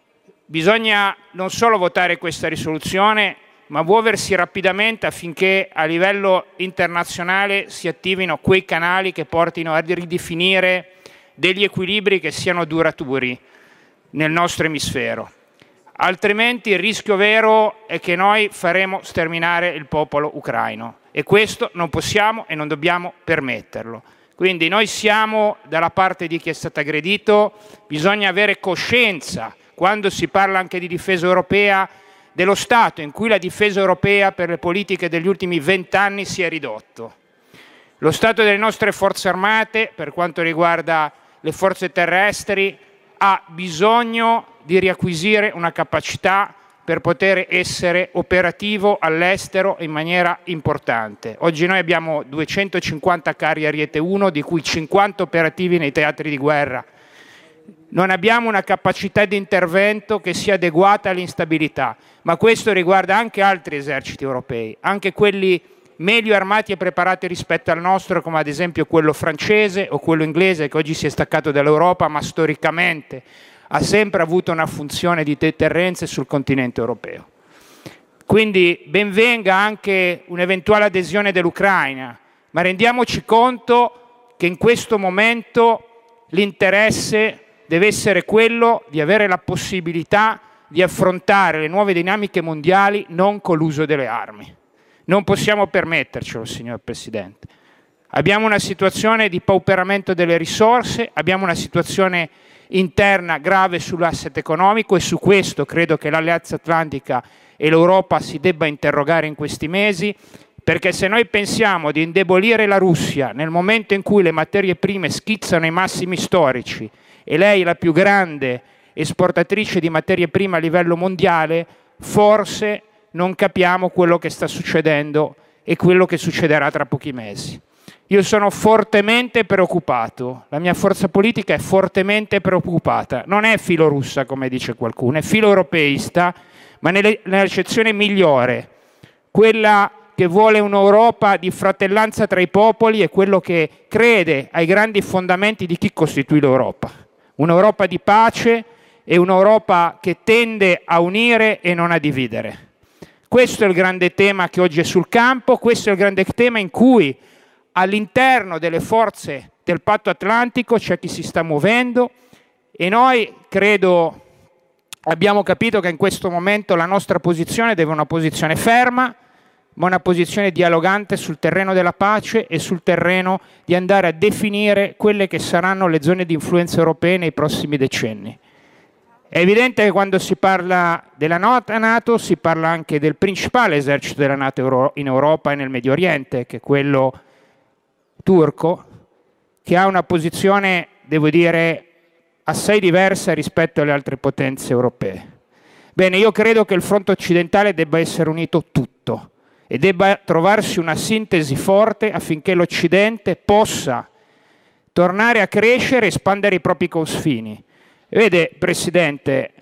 bisogna non solo votare questa risoluzione, ma muoversi rapidamente affinché a livello internazionale si attivino quei canali che portino a ridefinire degli equilibri che siano duraturi nel nostro emisfero. Altrimenti il rischio vero è che noi faremo sterminare il popolo ucraino e questo non possiamo e non dobbiamo permetterlo. Quindi noi siamo dalla parte di chi è stato aggredito, bisogna avere coscienza, quando si parla anche di difesa europea, dello stato in cui la difesa europea per le politiche degli ultimi 20 anni si è ridotto. Lo stato delle nostre forze armate, per quanto riguarda le forze terrestri, ha bisogno di riacquisire una capacità per poter essere operativo all'estero in maniera importante. Oggi noi abbiamo 250 carri Ariete 1, di cui 50 operativi nei teatri di guerra. Non abbiamo una capacità di intervento che sia adeguata all'instabilità, ma questo riguarda anche altri eserciti europei, anche quelli meglio armati e preparati rispetto al nostro, come ad esempio quello francese o quello inglese, che oggi si è staccato dall'Europa, ma storicamente ha sempre avuto una funzione di deterrenza sul continente europeo. Quindi ben venga anche un'eventuale adesione dell'Ucraina, ma rendiamoci conto che in questo momento l'interesse deve essere quello di avere la possibilità di affrontare le nuove dinamiche mondiali non con l'uso delle armi. Non possiamo permettercelo, signor Presidente. Abbiamo una situazione di pauperamento delle risorse, abbiamo una situazione interna grave sull'asset economico e su questo credo che l'Alleanza Atlantica e l'Europa si debba interrogare in questi mesi, perché se noi pensiamo di indebolire la Russia nel momento in cui le materie prime schizzano ai massimi storici e lei è la più grande esportatrice di materie prime a livello mondiale, forse non capiamo quello che sta succedendo e quello che succederà tra pochi mesi. Io sono fortemente preoccupato, la mia forza politica è fortemente preoccupata, non è filorussa come dice qualcuno, è filoeuropeista, ma nell'accezione migliore, quella che vuole un'Europa di fratellanza tra i popoli e quello che crede ai grandi fondamenti di chi costituì l'Europa. Un'Europa di pace e un'Europa che tende a unire e non a dividere. Questo è il grande tema che oggi è sul campo, questo è il grande tema in cui all'interno delle forze del Patto Atlantico c'è chi si sta muovendo e noi credo abbiamo capito che in questo momento la nostra posizione deve essere una posizione ferma, ma una posizione dialogante sul terreno della pace e sul terreno di andare a definire quelle che saranno le zone di influenza europee nei prossimi decenni. È evidente che quando si parla della NATO si parla anche del principale esercito della NATO in Europa e nel Medio Oriente, che è quello turco, che ha una posizione, devo dire, assai diversa rispetto alle altre potenze europee. Bene, io credo che il fronte occidentale debba essere unito tutto e debba trovarsi una sintesi forte affinché l'Occidente possa tornare a crescere e espandere i propri confini. Vede, Presidente,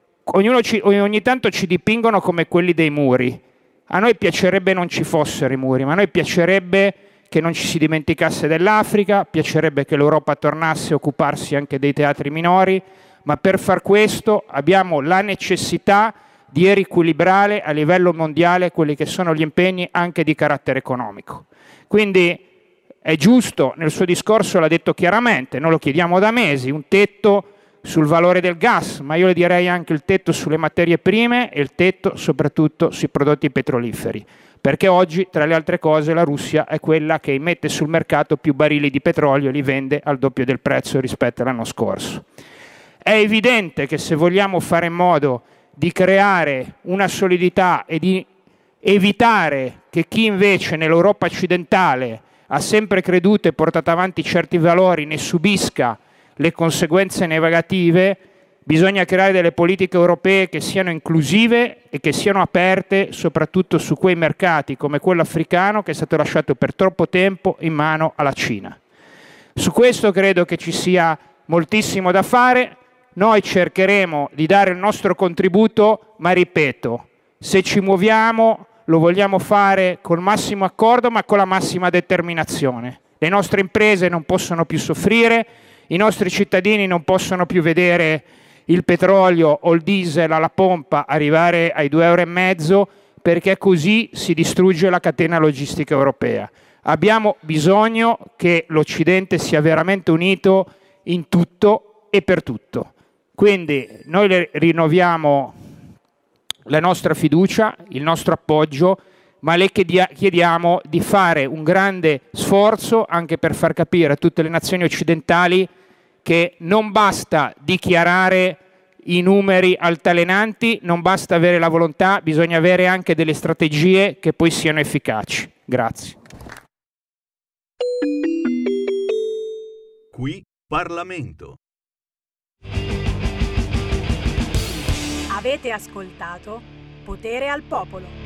ogni tanto ci dipingono come quelli dei muri. A noi piacerebbe non ci fossero i muri, ma a noi piacerebbe che non ci si dimenticasse dell'Africa, piacerebbe che l'Europa tornasse a occuparsi anche dei teatri minori, ma per far questo abbiamo la necessità di riequilibrare a livello mondiale quelli che sono gli impegni anche di carattere economico. Quindi è giusto, nel suo discorso l'ha detto chiaramente, noi lo chiediamo da mesi, un tetto sul valore del gas, ma io le direi anche il tetto sulle materie prime e il tetto soprattutto sui prodotti petroliferi, perché oggi, tra le altre cose, la Russia è quella che mette sul mercato più barili di petrolio e li vende al doppio del prezzo rispetto all'anno scorso. È evidente che se vogliamo fare in modo di creare una solidità e di evitare che chi invece nell'Europa occidentale ha sempre creduto e portato avanti certi valori ne subisca le conseguenze negative, bisogna creare delle politiche europee che siano inclusive e che siano aperte soprattutto su quei mercati come quello africano che è stato lasciato per troppo tempo in mano alla Cina. Su questo credo che ci sia moltissimo da fare, noi cercheremo di dare il nostro contributo, ma ripeto, se ci muoviamo lo vogliamo fare col massimo accordo ma con la massima determinazione. Le nostre imprese non possono più soffrire, i nostri cittadini non possono più vedere il petrolio o il diesel alla pompa arrivare ai 2,5 euro, perché così si distrugge la catena logistica europea. Abbiamo bisogno che l'Occidente sia veramente unito in tutto e per tutto. Quindi noi le rinnoviamo la nostra fiducia, il nostro appoggio, ma le chiediamo di fare un grande sforzo anche per far capire a tutte le nazioni occidentali che non basta dichiarare i numeri altalenanti, non basta avere la volontà, bisogna avere anche delle strategie che poi siano efficaci. Grazie. Qui Parlamento. Avete ascoltato Potere al Popolo.